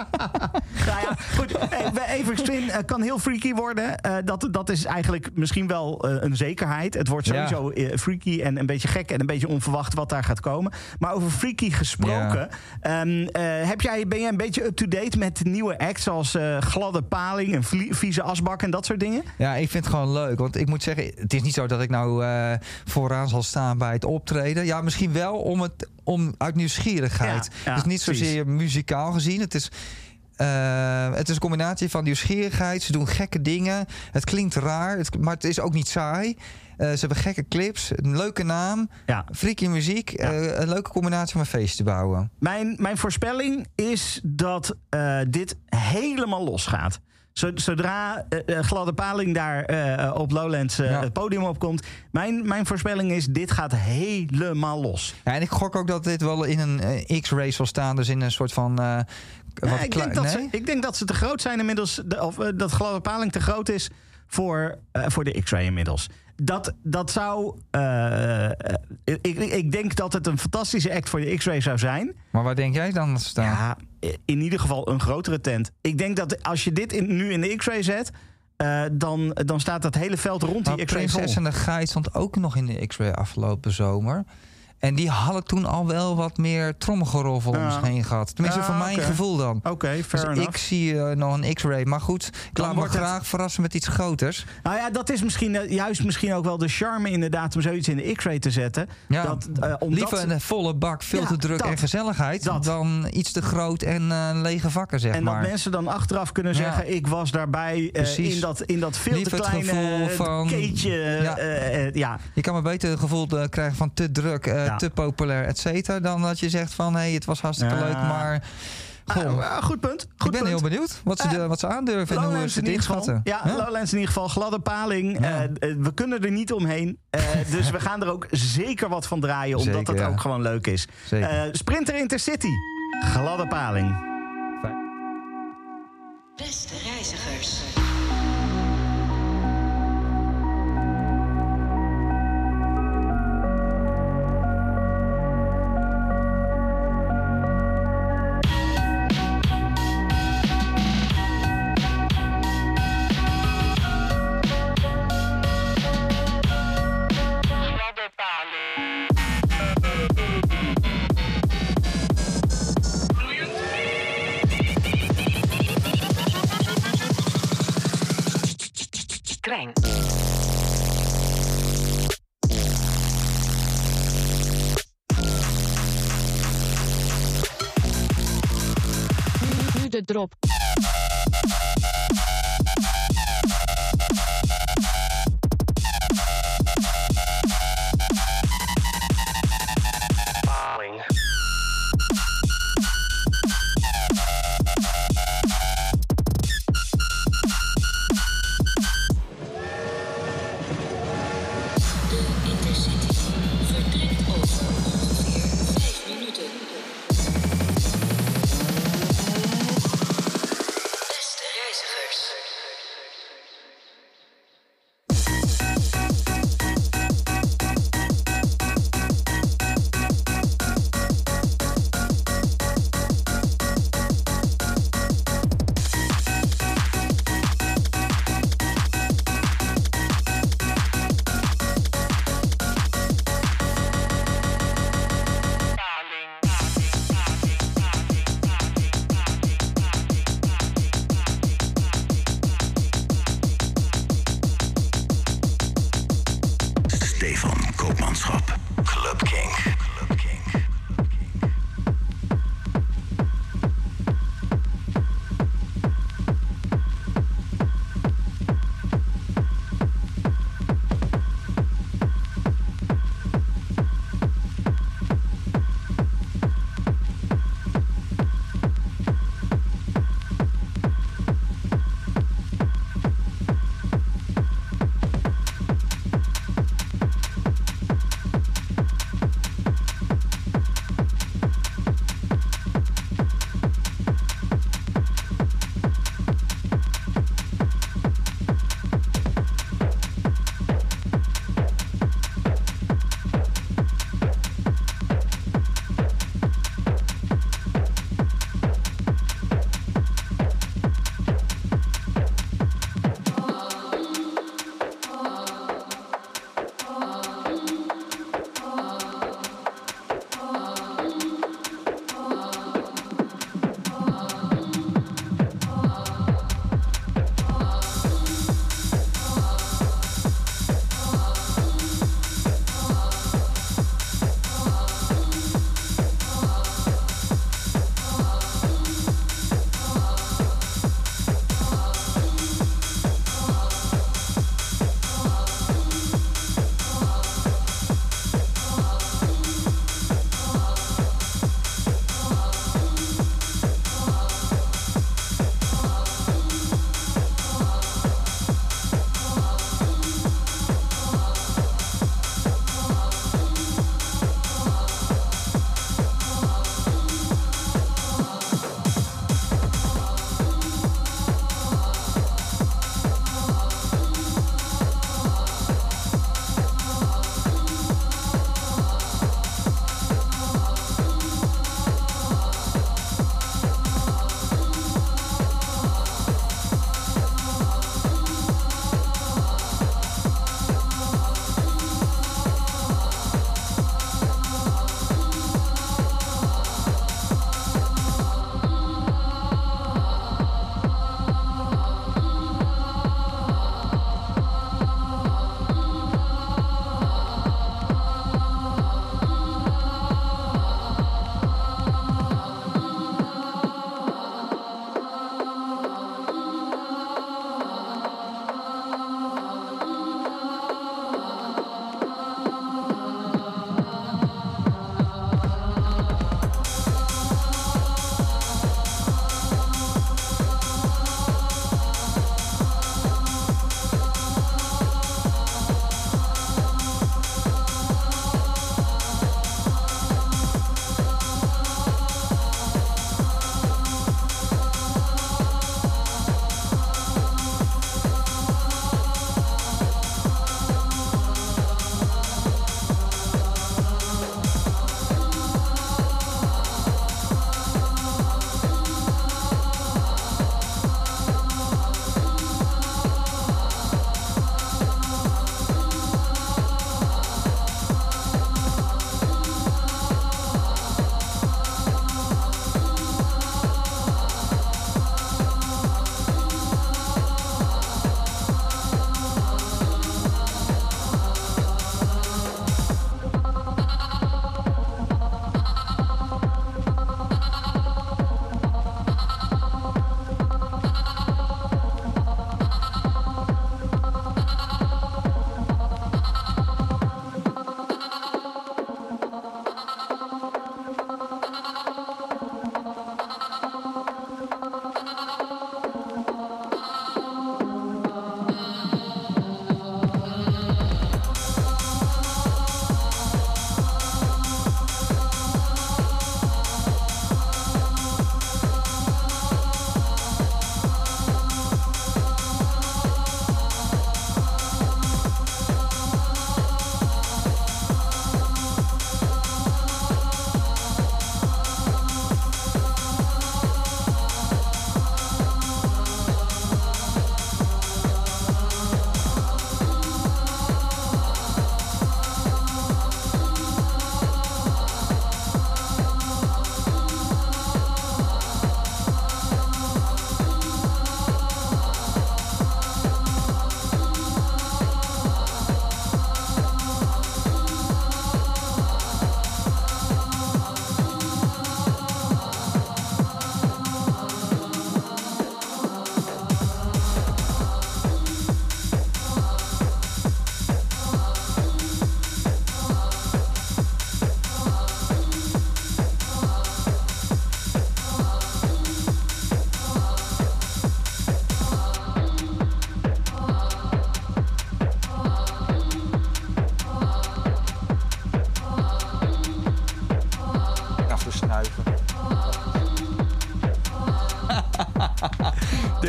Nou ja, goed. Bij Aphex Twin uh, kan heel freaky worden. Uh, dat, dat is eigenlijk misschien wel uh, een zekerheid. Het wordt sowieso ja. uh, freaky en een beetje gek en een beetje onverwacht wat daar gaat komen. Maar over freaky gesproken, ja. um, uh, heb jij, ben jij een beetje up-to-date met nieuwe acts als uh, Gladde Paling en vlie- Vieze Asbak en dat soort dingen? Ja, ik vind het gewoon leuk. Want ik moet zeggen, het is niet zo dat ik nou uh, vooraan zal staan bij het optreden. Ja, misschien wel om het om uit nieuwsgierigheid. Ja, ja, het is niet zozeer muzikaal gezien. Het is, uh, het is een combinatie van nieuwsgierigheid. Ze doen gekke dingen. Het klinkt raar, het, maar het is ook niet saai. Uh, ze hebben gekke clips, een leuke naam, ja. freaky muziek. Ja. Uh, een leuke combinatie om een feest te bouwen. Mijn, mijn voorspelling is dat uh, dit helemaal losgaat. Zodra uh, Gladde Paling daar uh, op Lowlands uh, ja. het podium opkomt... Mijn, mijn voorspelling is, dit gaat helemaal los. Ja, en ik gok ook dat dit wel in een uh, X-ray zal staan. Dus in een soort van... Uh, ja, wat ik, kla- denk dat nee? ze, ik denk dat ze te groot zijn inmiddels. De, of uh, dat Gladde Paling te groot is voor, uh, voor de X-ray inmiddels. Dat, dat zou... Uh, ik, ik, ik denk dat het een fantastische act voor de X-ray zou zijn. Maar waar denk jij dan staan? Ja, in ieder geval een grotere tent. Ik denk dat als je dit in, nu in de X-ray zet... Uh, dan, dan staat dat hele veld rond die X-ray vol. Prinses en de Geit stond ook nog in de X-ray afgelopen zomer. En die hadden toen al wel wat meer trommelgeroffel om zich heen gehad. Tenminste, ja, voor mijn okay. gevoel dan. Oké, okay, fair dus enough. ik zie uh, nog een X-ray. Maar goed, ik laat me graag het... verrassen met iets groters. Nou ja, dat is misschien uh, juist misschien ook wel de charme inderdaad... om zoiets in de X-ray te zetten. Ja, dat, uh, omdat... liever een volle bak, veel ja, te druk dat, en gezelligheid... Dat. dan iets te groot en uh, lege vakken, zeg en maar. En dat mensen dan achteraf kunnen zeggen... Ja. ik was daarbij uh, in, dat, in dat veel liever te kleine van, keetje. Ja. Uh, uh, ja. Je kan maar beter het gevoel uh, krijgen van te druk, uh, ja. te populair... et cetera, dan dat je zegt van... hé, hey, het was hartstikke ja. leuk, maar... Goh, uh, goed punt. Goed ik ben punt. heel benieuwd wat ze, de, wat ze aandurven en hoe ze het inschatten. Ja, huh? Lowlands in ieder geval. Gladde Paling. Ja. Uh, we kunnen er niet omheen. Uh, dus we gaan er ook zeker wat van draaien. Omdat zeker, het ja. ook gewoon leuk is. Uh, Sprinter Intercity. Gladde Paling. Beste reizigers. trein. Nu de drop. Stefan Koopmanschap. Club King. Club King.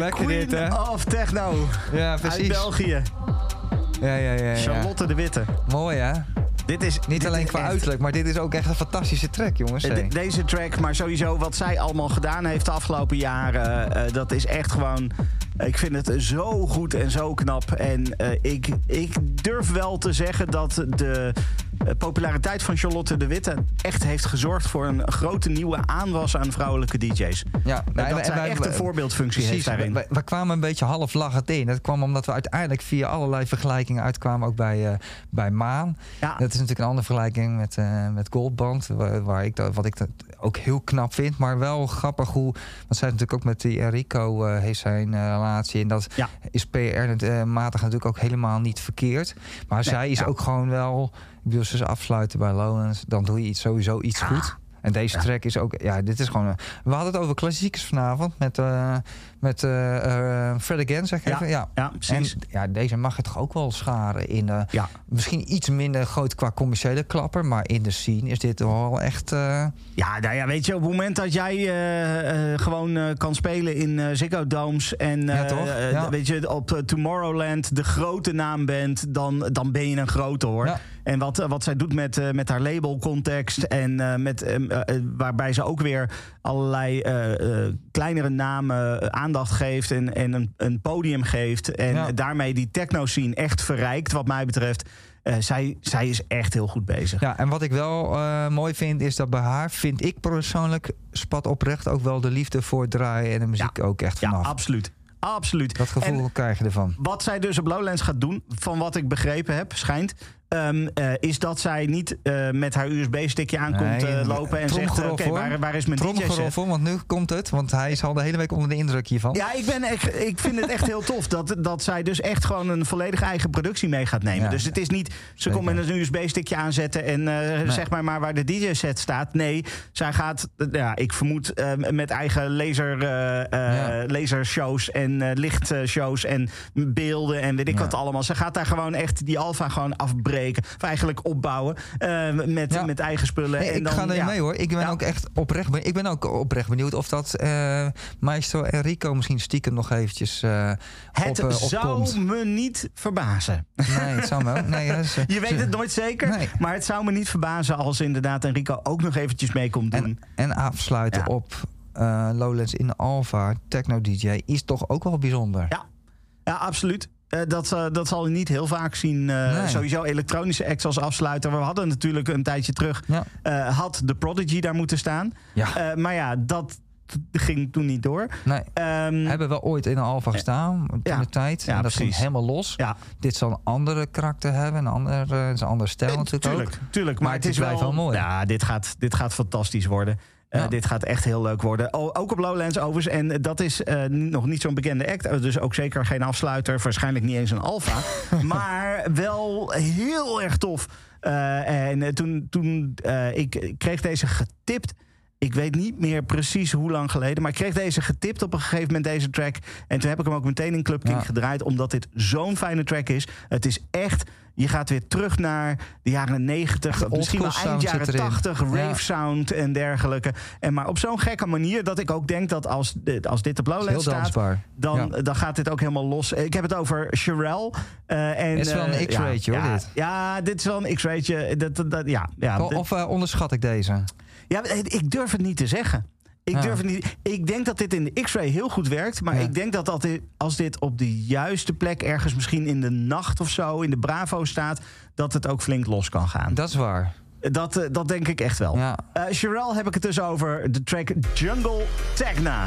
Lekker Queen dit, hè? of Techno. Ja, precies. Uit België. Ja, ja, ja, ja. Charlotte de Witte. Mooi, hè? Dit is, Niet dit alleen is qua echt- uiterlijk, maar dit is ook echt een fantastische track, jongens. De- Hey. deze track, maar sowieso wat zij allemaal gedaan heeft de afgelopen jaren. Uh, dat is echt gewoon... Ik vind het zo goed en zo knap. En uh, ik, ik durf wel te zeggen dat de uh, populariteit van Charlotte de Witte echt heeft gezorgd voor een grote nieuwe aanwas aan vrouwelijke D J's. Ja, dat wij- zij wij- echt een wij- voorbeeldfunctie Precies, heeft daarin. we, we kwamen een beetje half lachend in. Dat kwam omdat we uiteindelijk via allerlei vergelijkingen uitkwamen, ook bij, uh, bij Maan. Ja. Dat is natuurlijk een andere vergelijking met, uh, met Goldband, waar, waar ik dat, wat ik dat ook heel knap vind, maar wel grappig hoe, want zij heeft natuurlijk ook met die Enrico uh, heeft zijn uh, relatie en dat Ja. is P R-matig natuurlijk ook helemaal niet verkeerd. Maar Nee, zij is ja. ook gewoon wel, ik bedoel, ze afsluiten bij Lowlands, dan doe je iets, sowieso iets Ja. goed. En deze Ja. track is ook... Ja, dit is gewoon... een- we hadden het over klassiekers vanavond. Met, uh, met uh, uh, Fred Again, zeg ik Ja. even. Ja, Ja, precies. En ja, deze mag je toch ook wel scharen in... Uh, Ja. Misschien iets minder groot qua commerciële klapper. Maar in de scene is dit wel echt... Uh, Ja, nou ja, weet je, op het moment dat jij uh, uh, gewoon uh, kan spelen in uh, Ziggo Domes en uh, Ja, toch? uh, Ja. weet je, op uh, Tomorrowland de grote naam bent, dan, dan ben je een grote, hoor. Ja. En wat, uh, wat zij doet met, uh, met haar label context en uh, met, uh, uh, waarbij ze ook weer allerlei uh, uh, kleinere namen uh, aandacht geeft en, en een, een podium geeft en Ja. daarmee die techno scene echt verrijkt, wat mij betreft. Uh, zij, zij is echt heel goed bezig. ja, en wat ik wel uh, mooi vind, is dat bij haar... vind ik persoonlijk spat oprecht ook wel de liefde voor het draaien... en de muziek ook echt Ja, vanaf. absoluut. Absoluut. Dat gevoel En krijg je ervan. wat zij dus op Lowlands gaat doen, van wat ik begrepen heb, schijnt... Um, uh, is dat zij niet uh, met haar U S B-stickje aankomt Nee, uh, lopen en zegt... uh, tromgeroffel, Oké, hoor. waar, waar is mijn D J-set? Tromgeroffel, want nu komt het. Want hij is al de hele week onder de indruk hiervan. Ja, ik, ben, ik, ik vind het echt heel tof dat, dat zij dus echt gewoon een volledig eigen productie mee gaat nemen. Ja, dus het is niet, ze zeker. komt met een U S B-stickje aanzetten en uh, zeg maar maar waar de D J-set staat. Nee, zij gaat, uh, ja, ik vermoed, uh, met eigen laser, uh, uh, Ja. lasershows en uh, lichtshows en beelden en weet ik Ja. wat allemaal. Ze gaat daar gewoon echt die alfa gewoon afbreken. Of eigenlijk opbouwen uh, met, Ja. met eigen spullen. Nee, en ik dan, ga erin ja. mee, hoor. Ik ben Ja. ook echt oprecht, ben- ik ben ook oprecht benieuwd of dat uh, Maestro Enrico misschien stiekem nog eventjes uh, Het op, uh, zou opkomt. me niet verbazen. Nee, het zou me ook. Nee, ja, ze- Je weet ze- het nooit zeker, Nee. maar het zou me niet verbazen als inderdaad Enrico ook nog eventjes mee komt doen. En, en afsluiten Ja. op uh, Lowlands in Alpha, Techno D J, is toch ook wel bijzonder. Ja, ja absoluut. Uh, dat, uh, dat zal je niet heel vaak zien. Uh, Nee. Sowieso elektronische acts als afsluiter. We hadden natuurlijk een tijdje terug... Ja. Uh, had The Prodigy daar moeten staan. Ja. Uh, maar ja, dat ging toen niet door. Nee. Um, Hebben wel ooit in een Alpha gestaan, toen Ja. de tijd. Ja, en dat ging precies. helemaal los. ja, Dit zal een andere karakter hebben, een andere, uh, een andere stijl eh, natuurlijk tuurlijk, ook. tuurlijk. Maar, Maar het het is wel, blijft wel mooi. Ja, dit gaat, dit gaat fantastisch worden. Uh, Ja. Dit gaat echt heel leuk worden. O, ook op Lowlands overigens. En dat is uh, nog niet zo'n bekende act. Uh, Dus ook zeker geen afsluiter. Waarschijnlijk niet eens een alfa. Maar wel heel erg tof. Uh, en uh, toen, toen uh, ik, ik kreeg deze getipt. Ik weet niet meer precies hoe lang geleden. Maar ik kreeg deze getipt op een gegeven moment, deze track. En toen heb ik hem ook meteen in Club King Ja. gedraaid. Omdat dit zo'n fijne track is. Het is echt... Je gaat weer terug naar de jaren negentig, misschien wel oldschool eind sound jaren zit erin. tachtig, rave Ja. sound en dergelijke. En maar op zo'n gekke manier dat ik ook denk dat als, dit- als dit op Heel Lowlands staat, dansbaar. dan, Ja. dan gaat dit ook helemaal los. Ik heb het over Sherelle. Uh, en, Is wel een uh, X-raytje, ja, hoor, ja, dit. Ja, dit is wel een X-raytje. Dat, dat, dat- ja, ja, Of, of uh, onderschat ik deze? ja, ik durf het niet te zeggen. Ik, Ja. durf het niet. Ik denk dat dit in de X-ray heel goed werkt. Maar Ja. ik denk dat, dat dit, als dit op de juiste plek, ergens misschien in de nacht of zo, in de Bravo staat, dat het ook flink los kan gaan. Dat is waar. Dat, uh, dat denk ik echt wel. Ja. Uh, Sherelle heb ik het dus over de track Jungle Techna.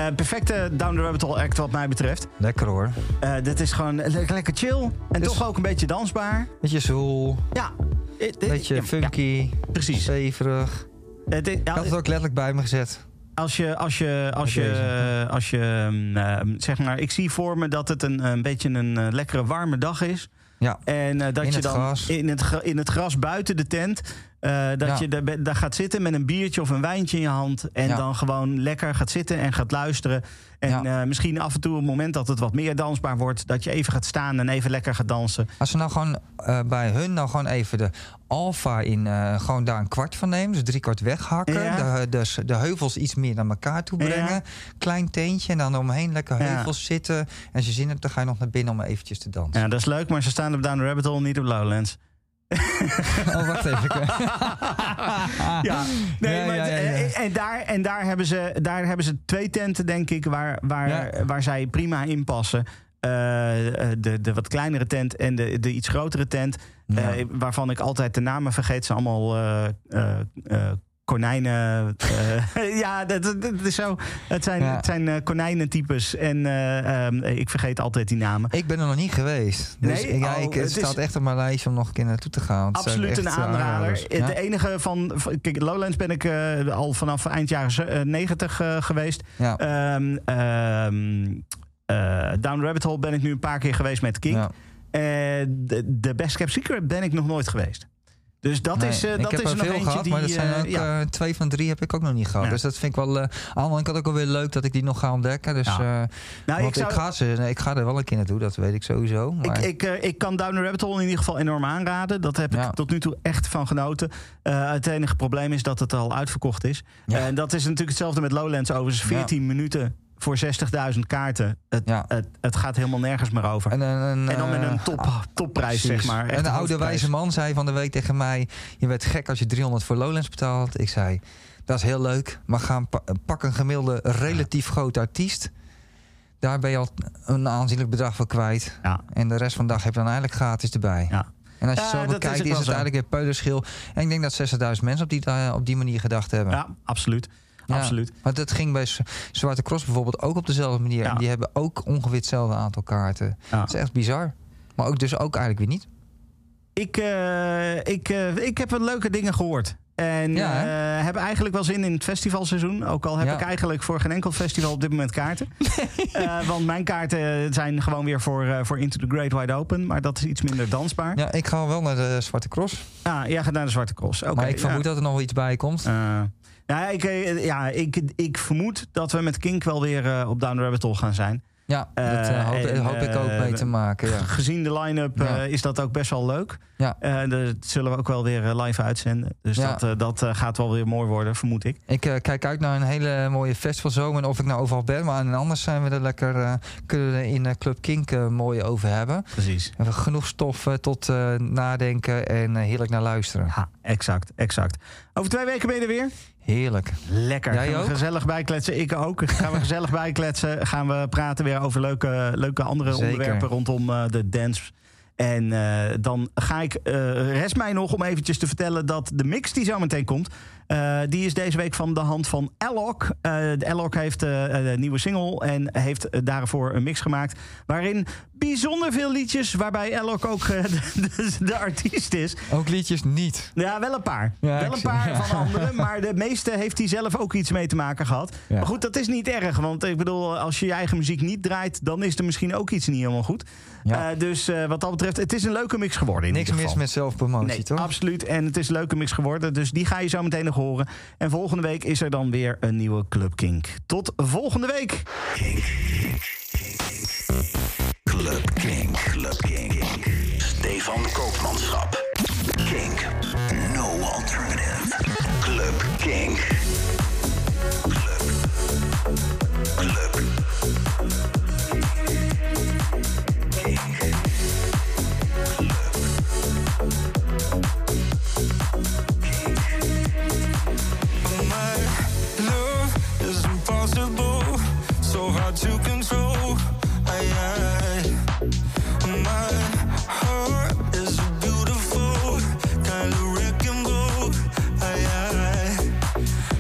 Uh, perfecte Down the Rabbit Hole act wat mij betreft. Lekker hoor. Uh, dit is gewoon le- lekker chill. En dus toch ook een beetje dansbaar. Beetje zoel. Ja. Beetje funky. Ja, precies. Zweverig. Uh, dit, Ik had het ook letterlijk bij me gezet. Als je, als je, als je, als je uh, zeg maar, ik zie voor me dat het een, een beetje een uh, lekkere warme dag is. Ja. En uh, dat in je het dan gras. In, het, in het gras buiten de tent, uh, dat Ja. je daar, daar gaat zitten met een biertje of een wijntje in je hand. En Ja. dan gewoon lekker gaat zitten en gaat luisteren. En Ja. uh, misschien af en toe op het moment dat het wat meer dansbaar wordt, dat je even gaat staan en even lekker gaat dansen. Als we nou gewoon uh, bij hun nou gewoon even de alfa in, uh, gewoon daar een kwart van nemen. Dus drie kwart weghakken. Ja. De, de, de heuvels iets meer naar elkaar toe brengen. Ja. Klein teentje en dan omheen lekker Ja. heuvels zitten. En als je zin hebt, dan ga je nog naar binnen om eventjes te dansen. Ja, dat is leuk, maar ze staan op Down the Rabbit Hole, niet op Lowlands. Oh, wacht even. Ja, nee, Ja, maar ja, ja, ja. En, en, daar, en daar, hebben ze, daar hebben ze twee tenten, denk ik, waar, waar, Ja. waar zij prima in passen. Uh, de, de wat kleinere tent en de, de iets grotere tent. Ja. Uh, waarvan ik altijd de namen vergeet. Ze allemaal uh, uh, uh, konijnen. Uh, ja, dat, dat is zo. Het zijn, Ja. het zijn uh, konijnentypes. En uh, um, ik vergeet altijd die namen. Ik ben er nog niet geweest. Dus Nee? ja, Oh, ik, het het staat is- echt op mijn lijstje om nog een keer naartoe te gaan. Want het zijn Absoluut een echt, uh, aanrader. aanraders. Ja? Het enige van, van- kijk, Lowlands ben ik uh, al vanaf eind jaren negentig uh, geweest. Ja. Um, um, uh, Down the Rabbit Hole ben ik nu een paar keer geweest met King. Ja. Uh, de, de Best Kept Secret ben ik nog nooit geweest. Dus dat Nee, is, uh, ik dat heb is er er nog veel eentje gehad, die... maar dat zijn uh, ook ja. uh, twee van drie heb ik ook nog niet gehad. Ja. Dus dat vind ik wel... Uh, allemaal ik had ook wel weer leuk dat ik die nog ga ontdekken. Dus, Ja. uh, Nou, want ik, zou, ik, ga ze, nee, ik ga er wel een keer naartoe, dat weet ik sowieso. Maar ik, ik, uh, ik kan Down the Rabbit Hole in ieder geval enorm aanraden. Dat heb Ja. ik tot nu toe echt van genoten. Uh, het enige probleem is dat het al uitverkocht is. Ja. En dat is natuurlijk hetzelfde met Lowlands. Overigens veertien minuten voor zestigduizend kaarten. Het, Ja. het, het gaat helemaal nergens meer over. En, en, en, En dan met een top, ah, topprijs, precies. zeg maar. Echt En de een oude hoofdprijs. wijze man zei van de week tegen mij... je werd gek als je driehonderd voor Lowlands betaalt. Ik zei, dat is heel leuk. Maar ga pa- pak een gemiddelde relatief grote artiest. Daar ben je al een aanzienlijk bedrag voor kwijt. Ja. En de rest van de dag heb je dan eigenlijk gratis erbij. Ja. En als je Ja, zo dat is bekijkt, ook is wel het zo. eigenlijk weer peulenschil. En ik denk dat zestigduizend mensen op die, uh, op die manier gedacht hebben. Ja, absoluut. Ja. Absoluut. Maar dat ging bij Z- Zwarte Cross bijvoorbeeld ook op dezelfde manier. Ja. En die hebben ook ongeveer hetzelfde aantal kaarten. Ja. Dat is echt bizar. Maar ook dus ook eigenlijk weer niet. Ik, uh, ik, uh, ik heb wat leuke dingen gehoord. En Ja, uh, hè? heb eigenlijk wel zin in het festivalseizoen. Ook al heb Ja. ik eigenlijk voor geen enkel festival op dit moment kaarten. uh, want mijn kaarten zijn gewoon weer voor, uh, voor Into the Great Wide Open. Maar dat is iets minder dansbaar. Ja, ik ga wel naar de Zwarte Cross. Ah, jij gaat naar de Zwarte Cross. Oké. maar ik vermoed ja. dat er nog wel iets bij komt. Uh, ja, ik, uh, ja ik, ik vermoed dat we met Kink wel weer uh, op Down the Rabbit Hole gaan zijn. Ja, dat uh, Uh, hoop, en, hoop ik ook uh, mee te maken. Ja. Gezien de line-up uh, Ja. is dat ook best wel leuk. Ja. Uh, dat zullen we ook wel weer uh, live uitzenden. Dus Ja. dat, uh, dat uh, gaat wel weer mooi worden, vermoed ik. Ik uh, kijk uit naar een hele mooie festivalzomer. En of ik nou overal ben, maar en anders zijn we er lekker, uh, kunnen we er in uh, Club Kink uh, mooi over hebben. Precies. We hebben genoeg stof uh, tot uh, nadenken en uh, heerlijk naar luisteren. Ja, exact, exact. Over twee weken ben je er weer. Heerlijk. Lekker. Jij gaan we ook? gezellig bijkletsen. Ik ook. Gaan we gezellig bijkletsen. Gaan we praten weer over leuke, leuke andere Zeker. onderwerpen rondom uh, de dance. En uh, dan ga ik, uh, rest mij nog om eventjes te vertellen dat de mix die zo meteen komt, uh, die is deze week van de hand van Alok. Uh, de Alok heeft uh, een nieuwe single en heeft uh, daarvoor een mix gemaakt waarin bijzonder veel liedjes, waarbij Alok ook uh, de, de, de artiest is. Ook liedjes niet. Ja, wel een paar. Ja, wel ik een zie- paar ja. van anderen. Maar de meeste heeft hij zelf ook iets mee te maken gehad. Ja. Maar goed, dat is niet erg. Want ik bedoel, als je je eigen muziek niet draait, dan is er misschien ook iets niet helemaal goed. Ja. Uh, dus uh, wat dat betreft, het is een leuke mix geworden in Niks ieder mis geval. met zelfpromotie, Nee, toch? absoluut. En het is een leuke mix geworden. Dus die ga je zo meteen nog horen. En volgende week is er dan weer een nieuwe Club Kink. Tot volgende week. Club Kink. Club Kink. Stefan Koopmanschap. Kink. No alternative. Club Kink. Club. Club. Kink. My love is impossible, so hard to control. I, I, my heart is beautiful, kind of wrecking ball. I, I,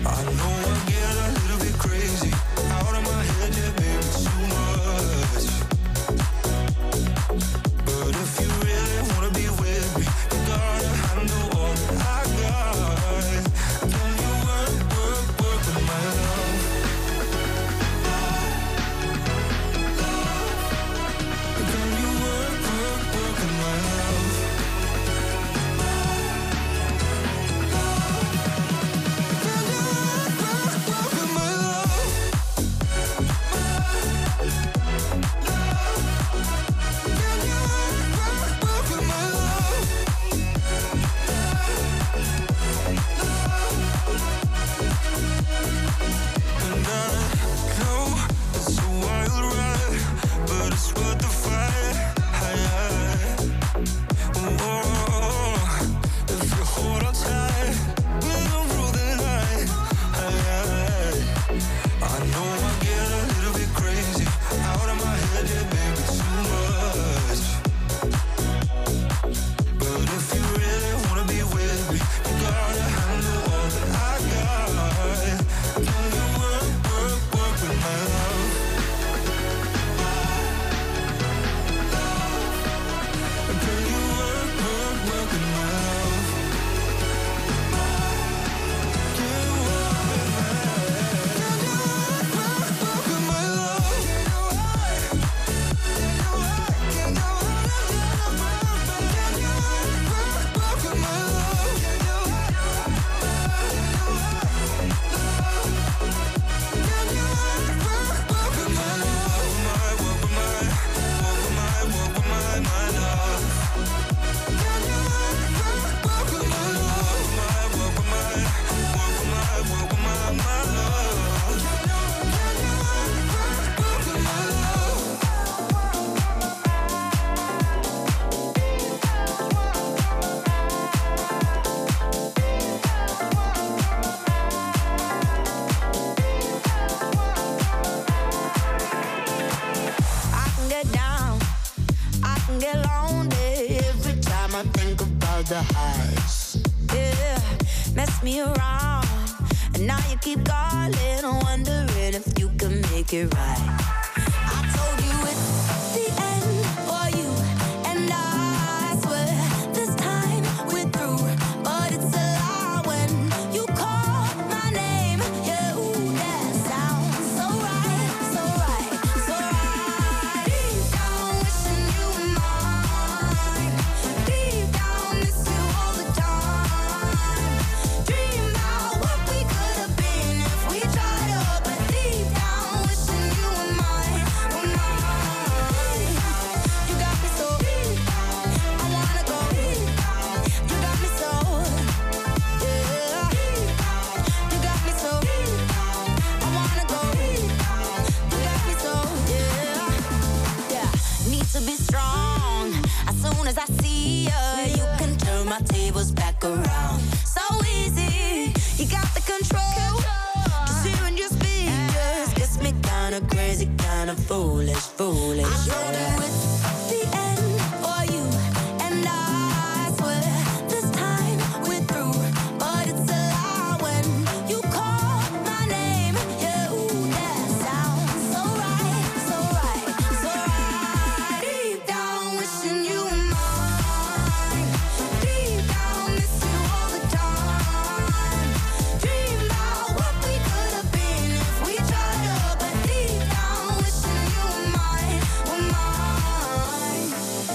it down. I can get lonely every time I think about the highs. Yeah, mess me around, and now you keep calling, wondering if you can make it right. I told you it's the end for you, and I swear this time we're through. But it's a lie when you call my name. Yeah, ooh, that sounds so right, so right, so right. Deep down, wishing you were mine. Deep down, miss you all the time. Dream about what we could have been if we tried up. But deep down, wishing you were mine, were mine. You got me so deep down, I wanna go deep down. You got me so, yeah. You got me so deep down, I wanna go deep down. You got me so, yeah. Yeah, need to be strong. As soon as I see you, you can turn my tables back around. So easy, you got the control. Just hearing your speakers gets me kinda crazy, kinda foolish, foolish. I told you it's the end for you, and I swear this time we're through. But it's a lie when you call my name. Yeah, ooh, that sounds so right, so right, so right. Deep down, wishing you were mine. Deep down, miss you all the time. Dream about what we could have been if we tried up. But deep down, wishing you were mine, were mine.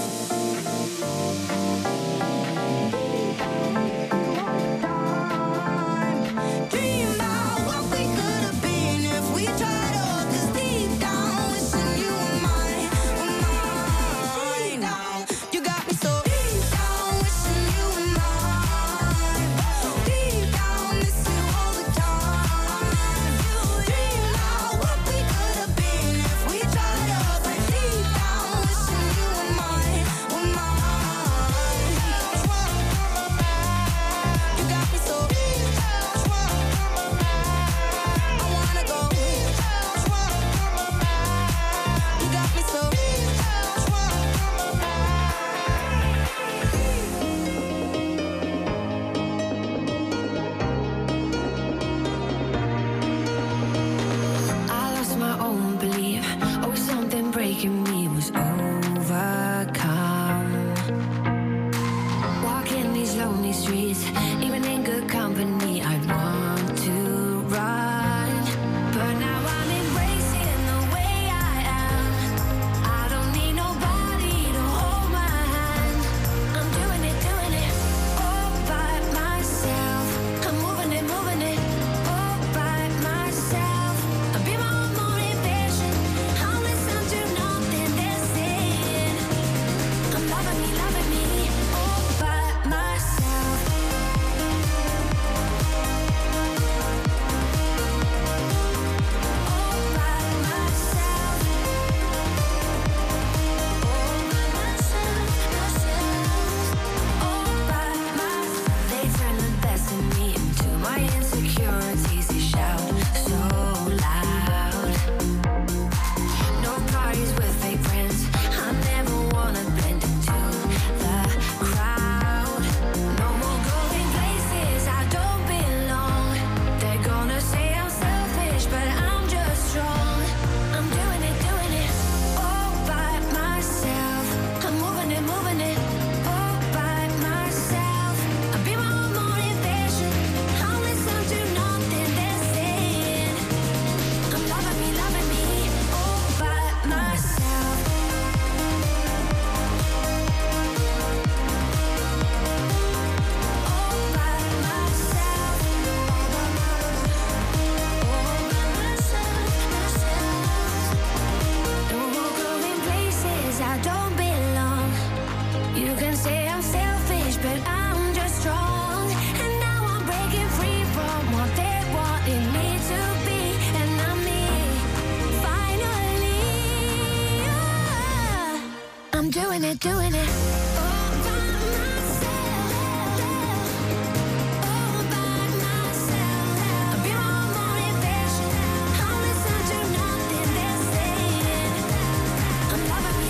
Dream about what we could have been if we tried up. 'Cause deep down, wishing you were mine, were mine. You got me so deep down, wishing you were mine. Deep down, miss you all the time. Dream about what we could have been if we tried up. But deep down, wishing you were mine, were mine. You got me so deep down, I wanna go. You got me so I lost my own belief. Oh, something breaking me was overcome. Walking these lonely streets, even in good company, I'd want to run. But now I'm embracing the way I am. I don't need nobody to hold my hand. I'm doing it, doing it all by myself. I'm moving it, moving it all by myself. I'll be my own motivation. I'll listen to nothing they're saying. I'm loving me, loving me all by myself. All by myself. All by myself, myself. All by myself. They turn the best in me into my insecurities. They shout so loud. No parties with fake friends. I never wanna blend into the crowd. No more going places I don't belong. They're gonna say I'm selfish, but I'm just strong. I'm doing it, doing it all by myself. I'm moving it, moving it all by myself. I'll be my own motivation. I'll listen to nothing they're saying. I'm loving me, loving me all by myself. All by myself. All by myself, myself. No more going places I don't belong. You can say I'm selfish, but I'm just strong. And now I'm breaking free from what they wanted me to be. And I'm me, finally. Yeah. I'm doing it, doing it all by myself. All by myself. I'll be my own motivation. I'll listen to nothing they're saying. I'm loving me,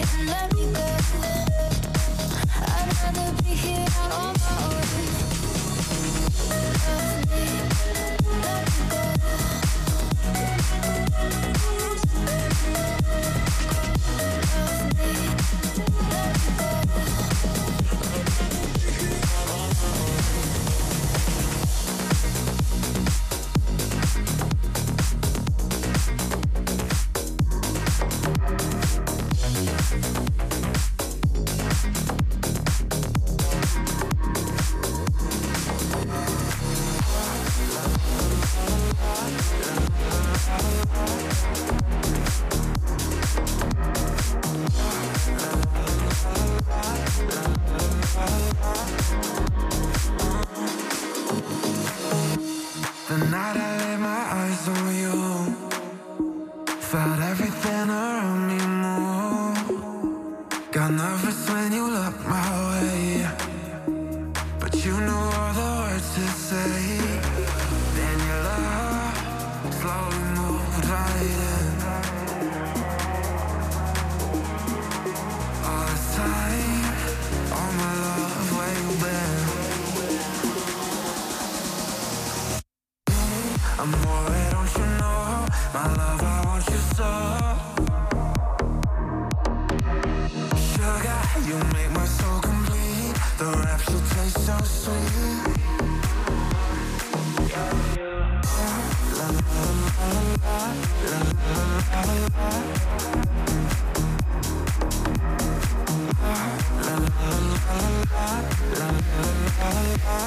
and let me go. I'd rather be here out on my own. Love me, let me go. The night I laid my eyes on you, felt everything around me move. Got nervous when you looked my way, but you knew all the words to say. Then your love slowly moved right in. All this time, all my love, where you been? Amore, don't you know? My love, I want you so. Sugar, you make my soul complete. The rapture tastes so sweet. La la la la la la la. La la la la la.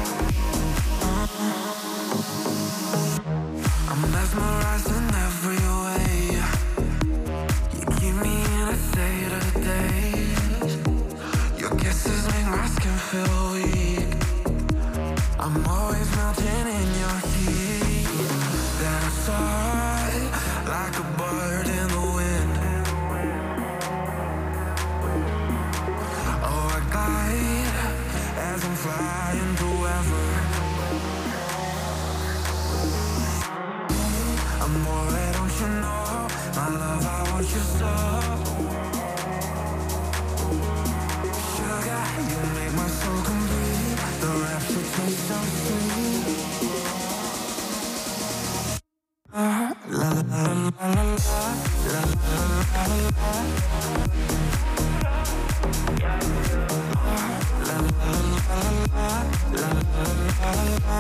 I'm mesmerized in every way. You keep me in a state of daze. Your kisses make my skin feel weak. I'm always melting in your heat. Then I soar like a bird in the wind. Oh, I glide as I'm flying forever. Amore, don't you know? My love, I want you so. Sugar, you make my soul complete. The rapture tastes so sweet. Ah, la la la la la la la la la. Ah, la la la la la la la.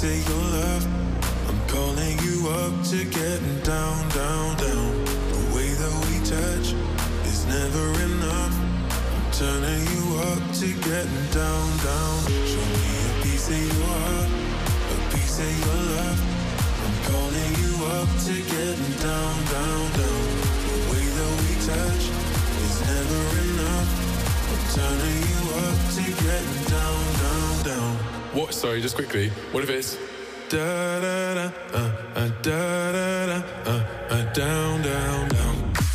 piece of your love. I'm calling you up to getting down, down, down. The way that we touch is never enough. I'm turning you up to getting down, down. Show me a piece of your heart, a piece of your love. I'm calling you up to getting down, down, down. The way that we touch is never enough. I'm turning you up to getting down, down, down. What? Sorry, just quickly. What if it's da da da uh, uh, da da da uh, uh, down, down, down.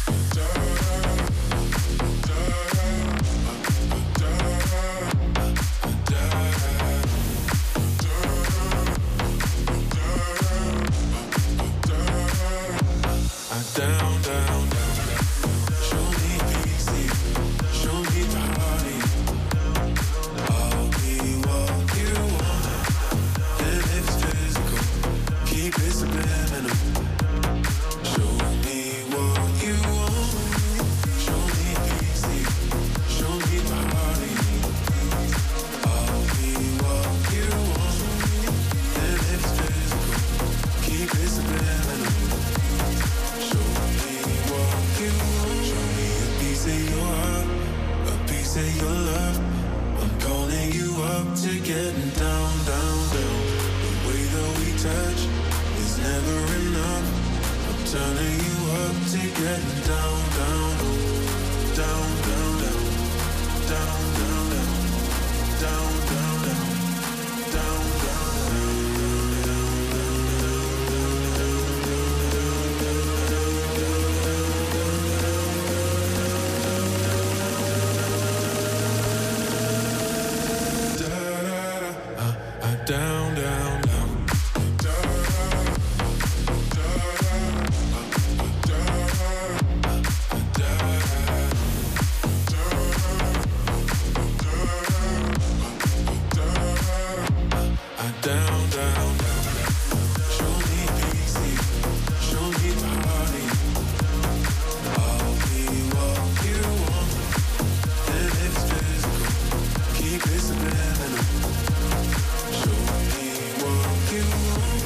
Down, down, down. Show me easy, show me body. I'll be what you want, and if it's physical, keep it subliminal. Show me what you want. Show me easy, show me body. I'll be what you want, and if it's physical, keep it subliminal. Say your love, I'm calling you up to getting down, down, down. The way that we touch is never enough. I'm turning you up to getting down, down, down, down, down, down, down, down, down, down, down, down, down, down, down. Down, down, down. Show me easy, show me body. I'll be what you want, and if it's physical, keep it subliminal. Show me what you want.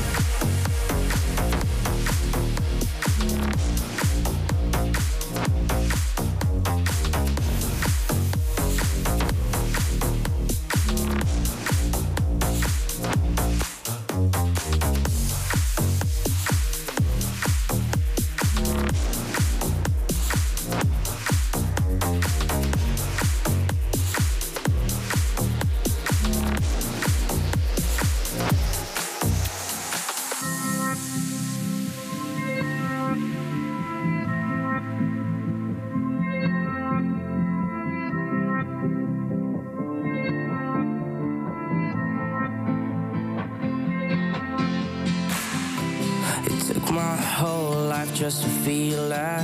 My whole life just to feel that.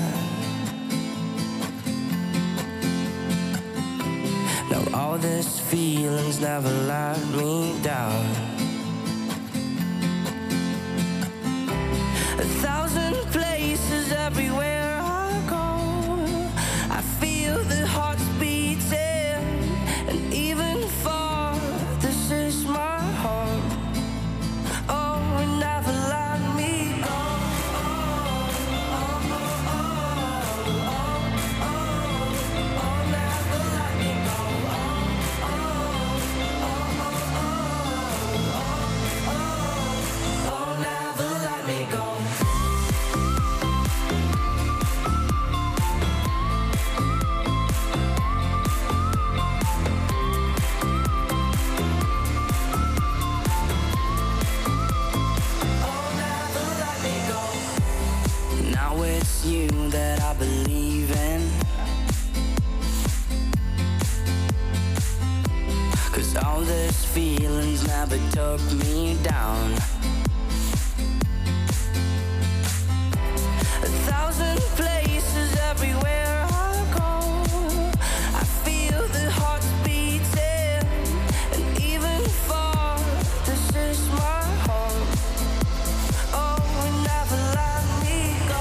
Now all these feelings never let me down. A thousand places everywhere I go, I feel the hearts beating, and even far, this is my home. Oh, it never let me go. You that I believe in, 'cause all these feelings never took me down. A thousand places everywhere I go, I feel the hearts beating, and even far, this is my home. Oh, we never let me go.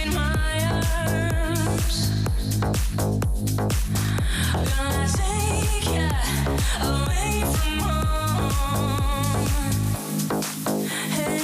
in my arms. Gonna take you away from home. Hey.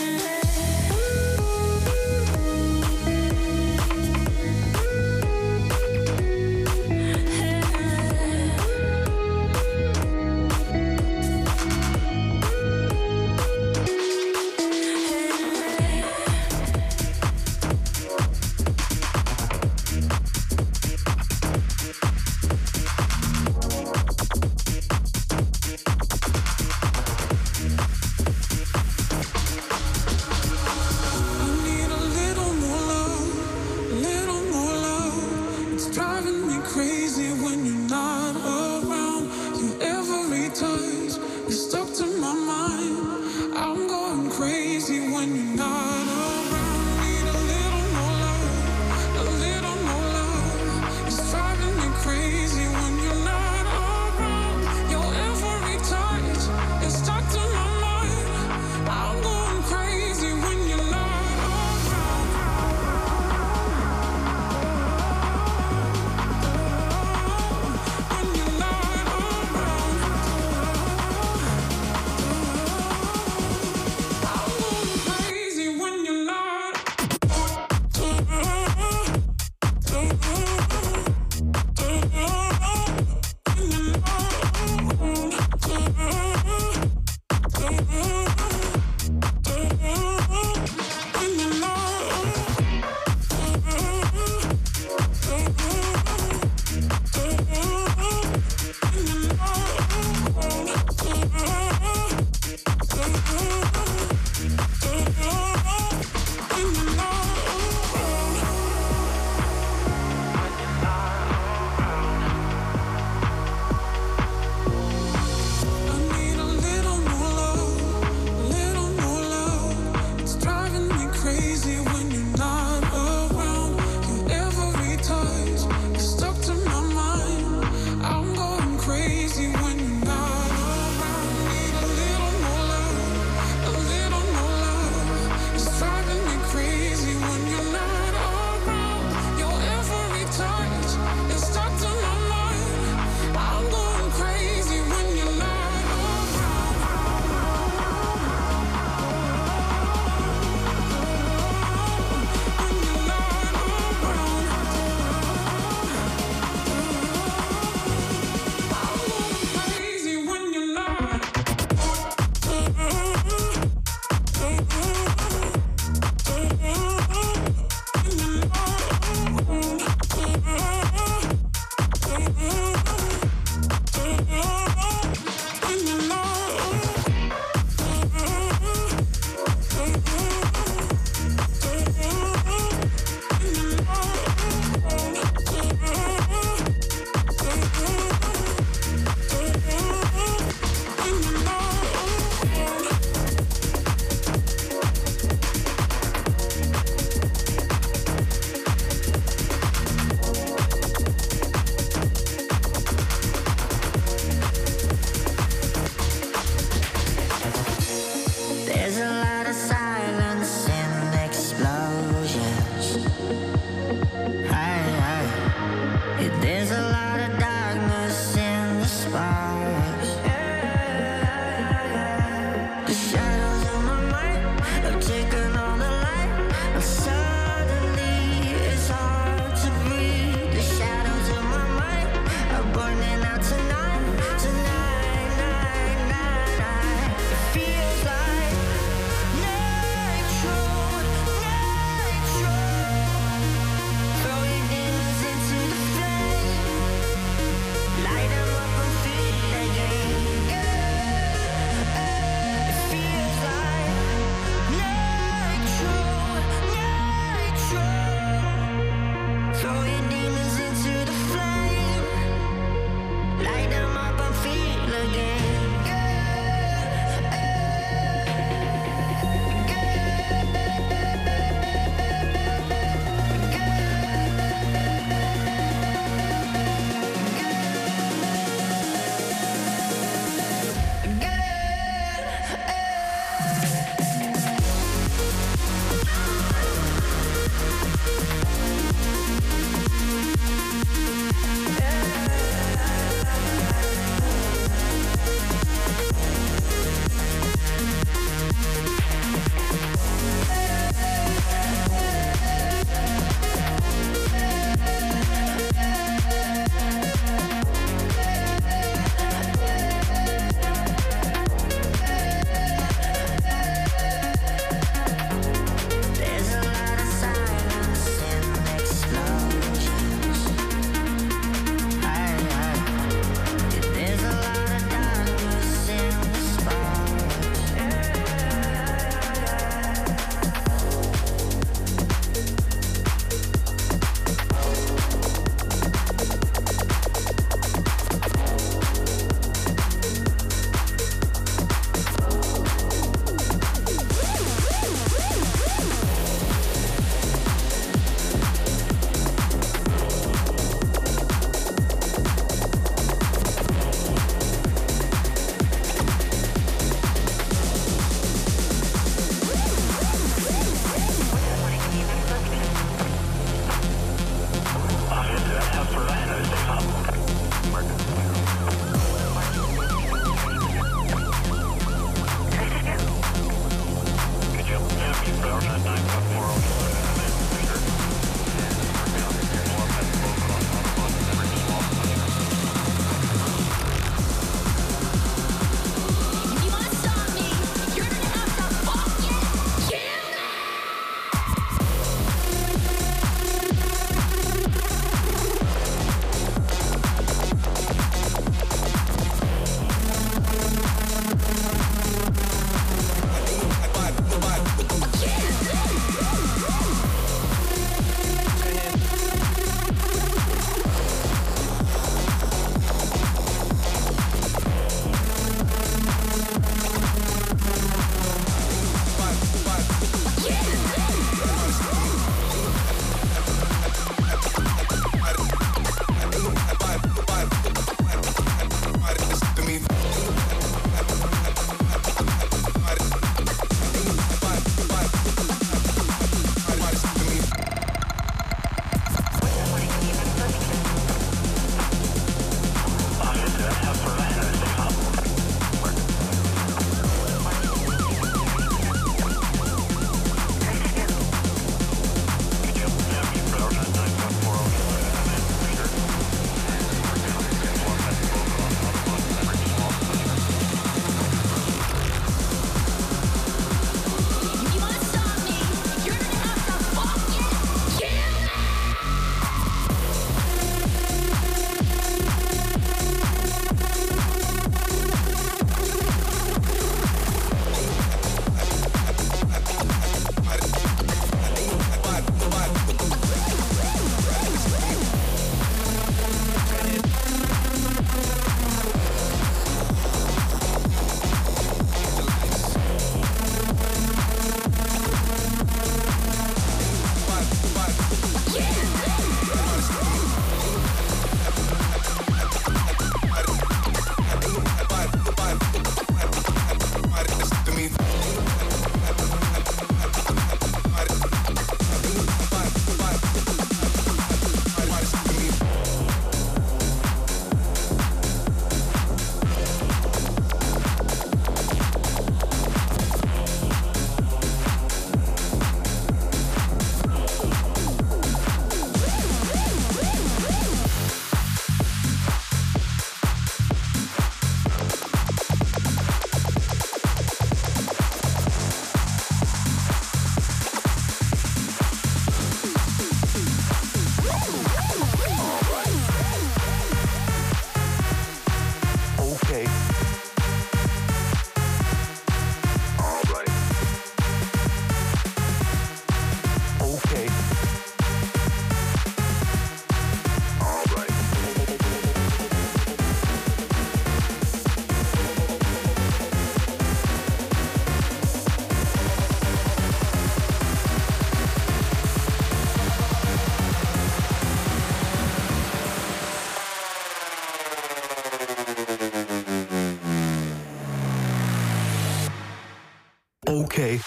Okay.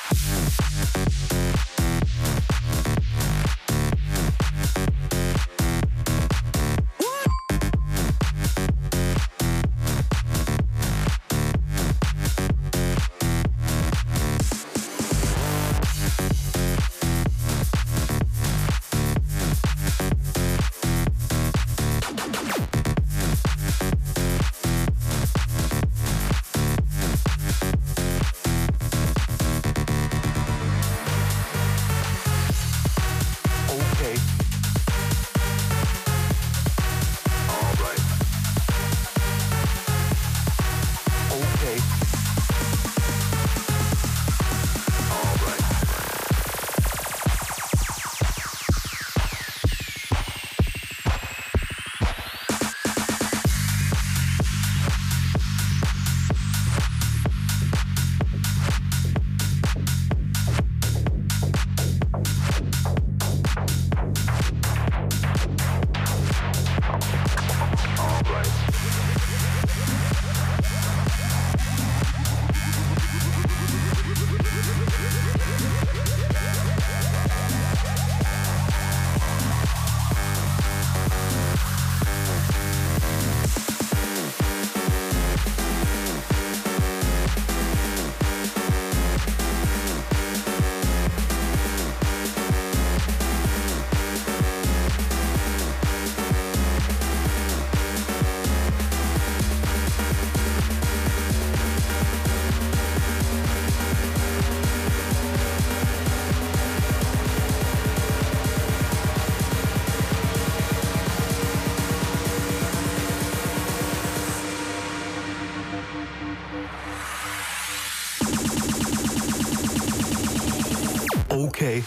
Okay.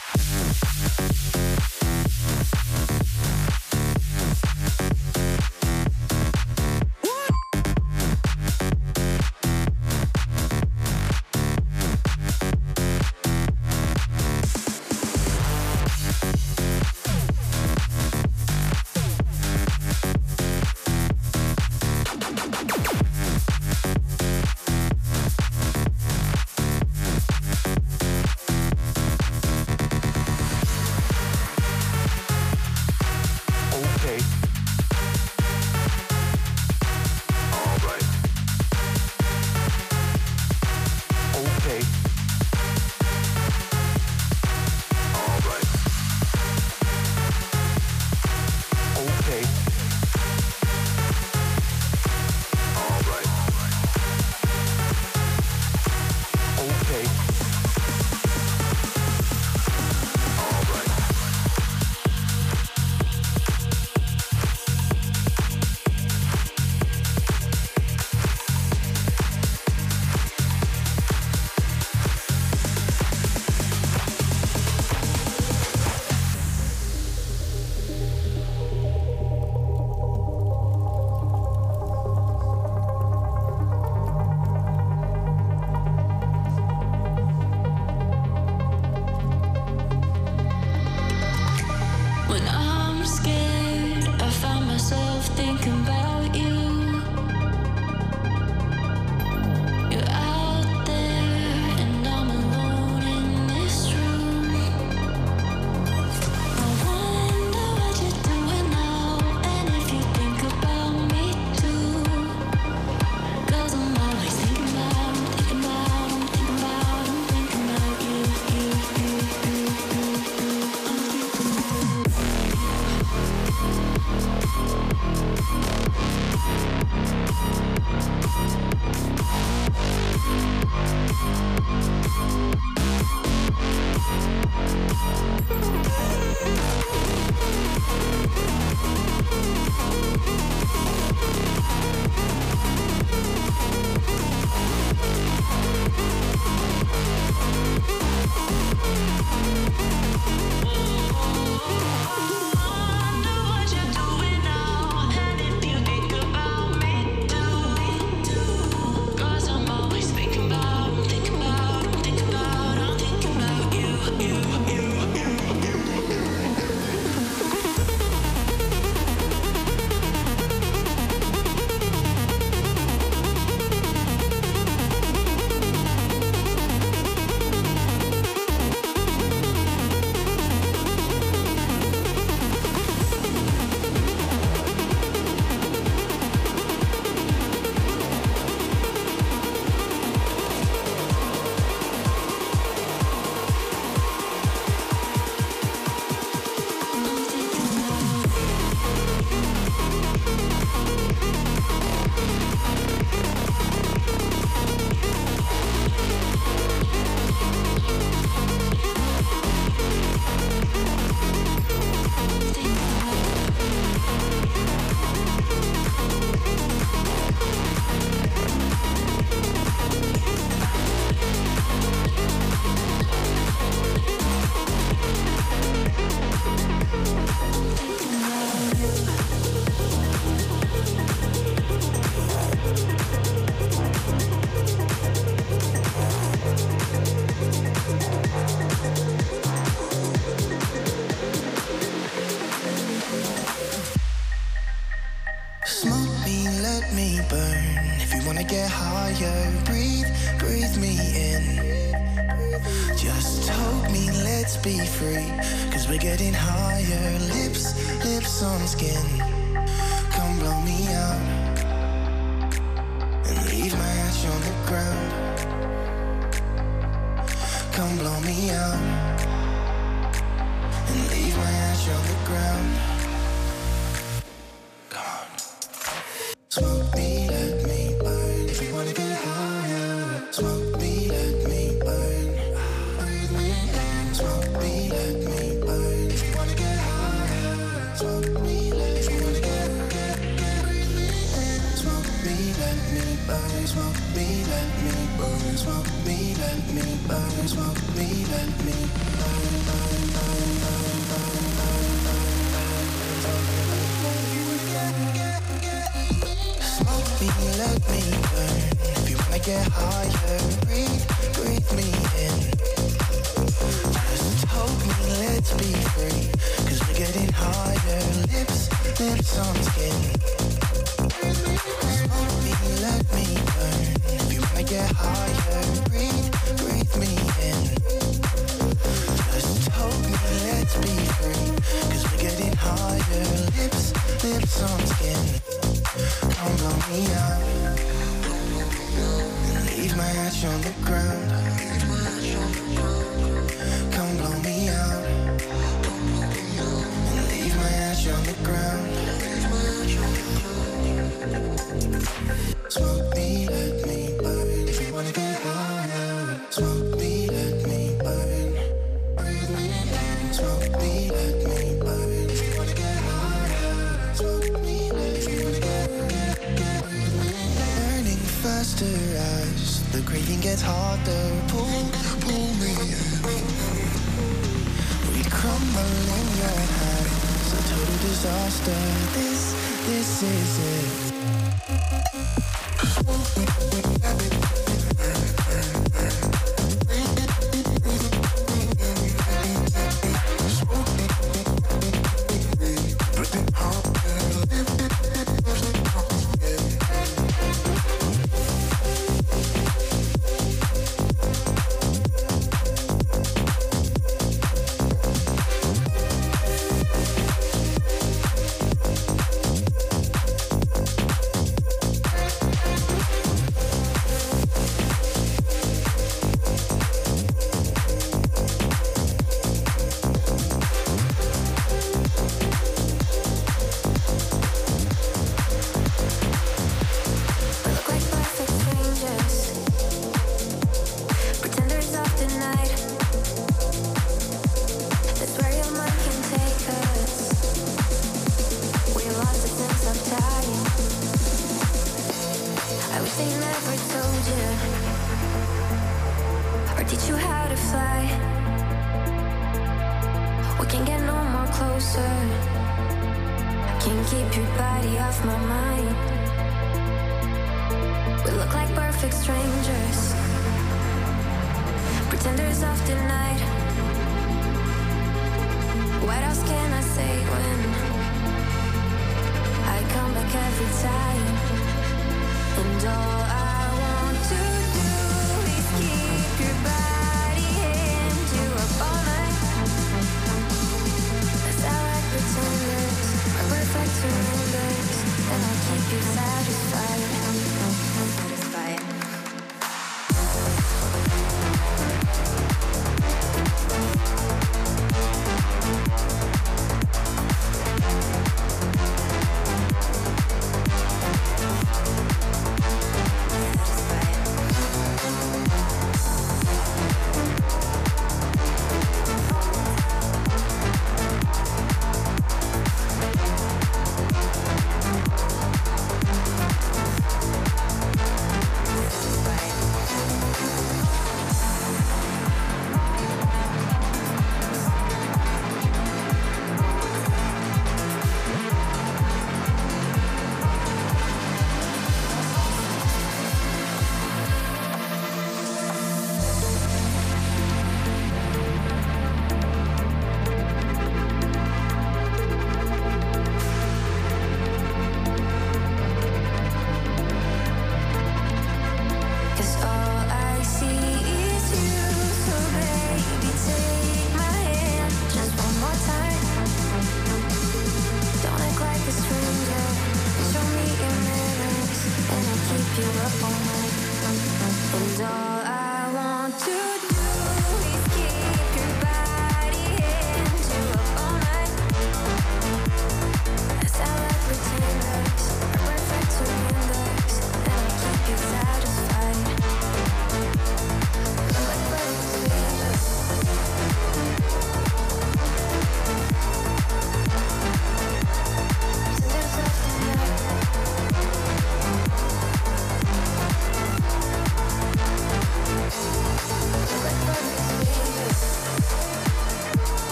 Smoke me, let me burn, burn, burn, burn, burn, burn. Smoke me, let me burn. If you wanna get higher, breathe, breathe me in. Just hold me, let's be free. Cause we're getting higher. Lips, lips on skin. Smoke me, let me burn. If you wanna get higher, breathe, breathe me in. Just hold me, let's be free. Cause we're getting higher. Lips, lips on skin. Come blow me out. And leave my ash on the ground. Come blow me out. And leave my ash on the ground. Smoke me, let me burn. If you wanna get higher. Smoke me, let me burn. Breathe me in. Smoke me, let me burn. If you wanna get higher. Smoke me, let if you wanna get, get, get. Breathe me in. Burning faster as the craving gets harder. Pull, pull me in. We crumble in your hands. A total disaster. This, this is it.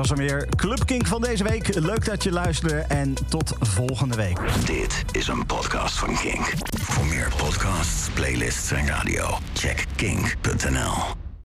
was hem weer. Club Kink van deze week. Leuk dat je luisterde en tot volgende week. Dit is een podcast van Kink. Voor meer podcasts, playlists en radio, check kink punt n l.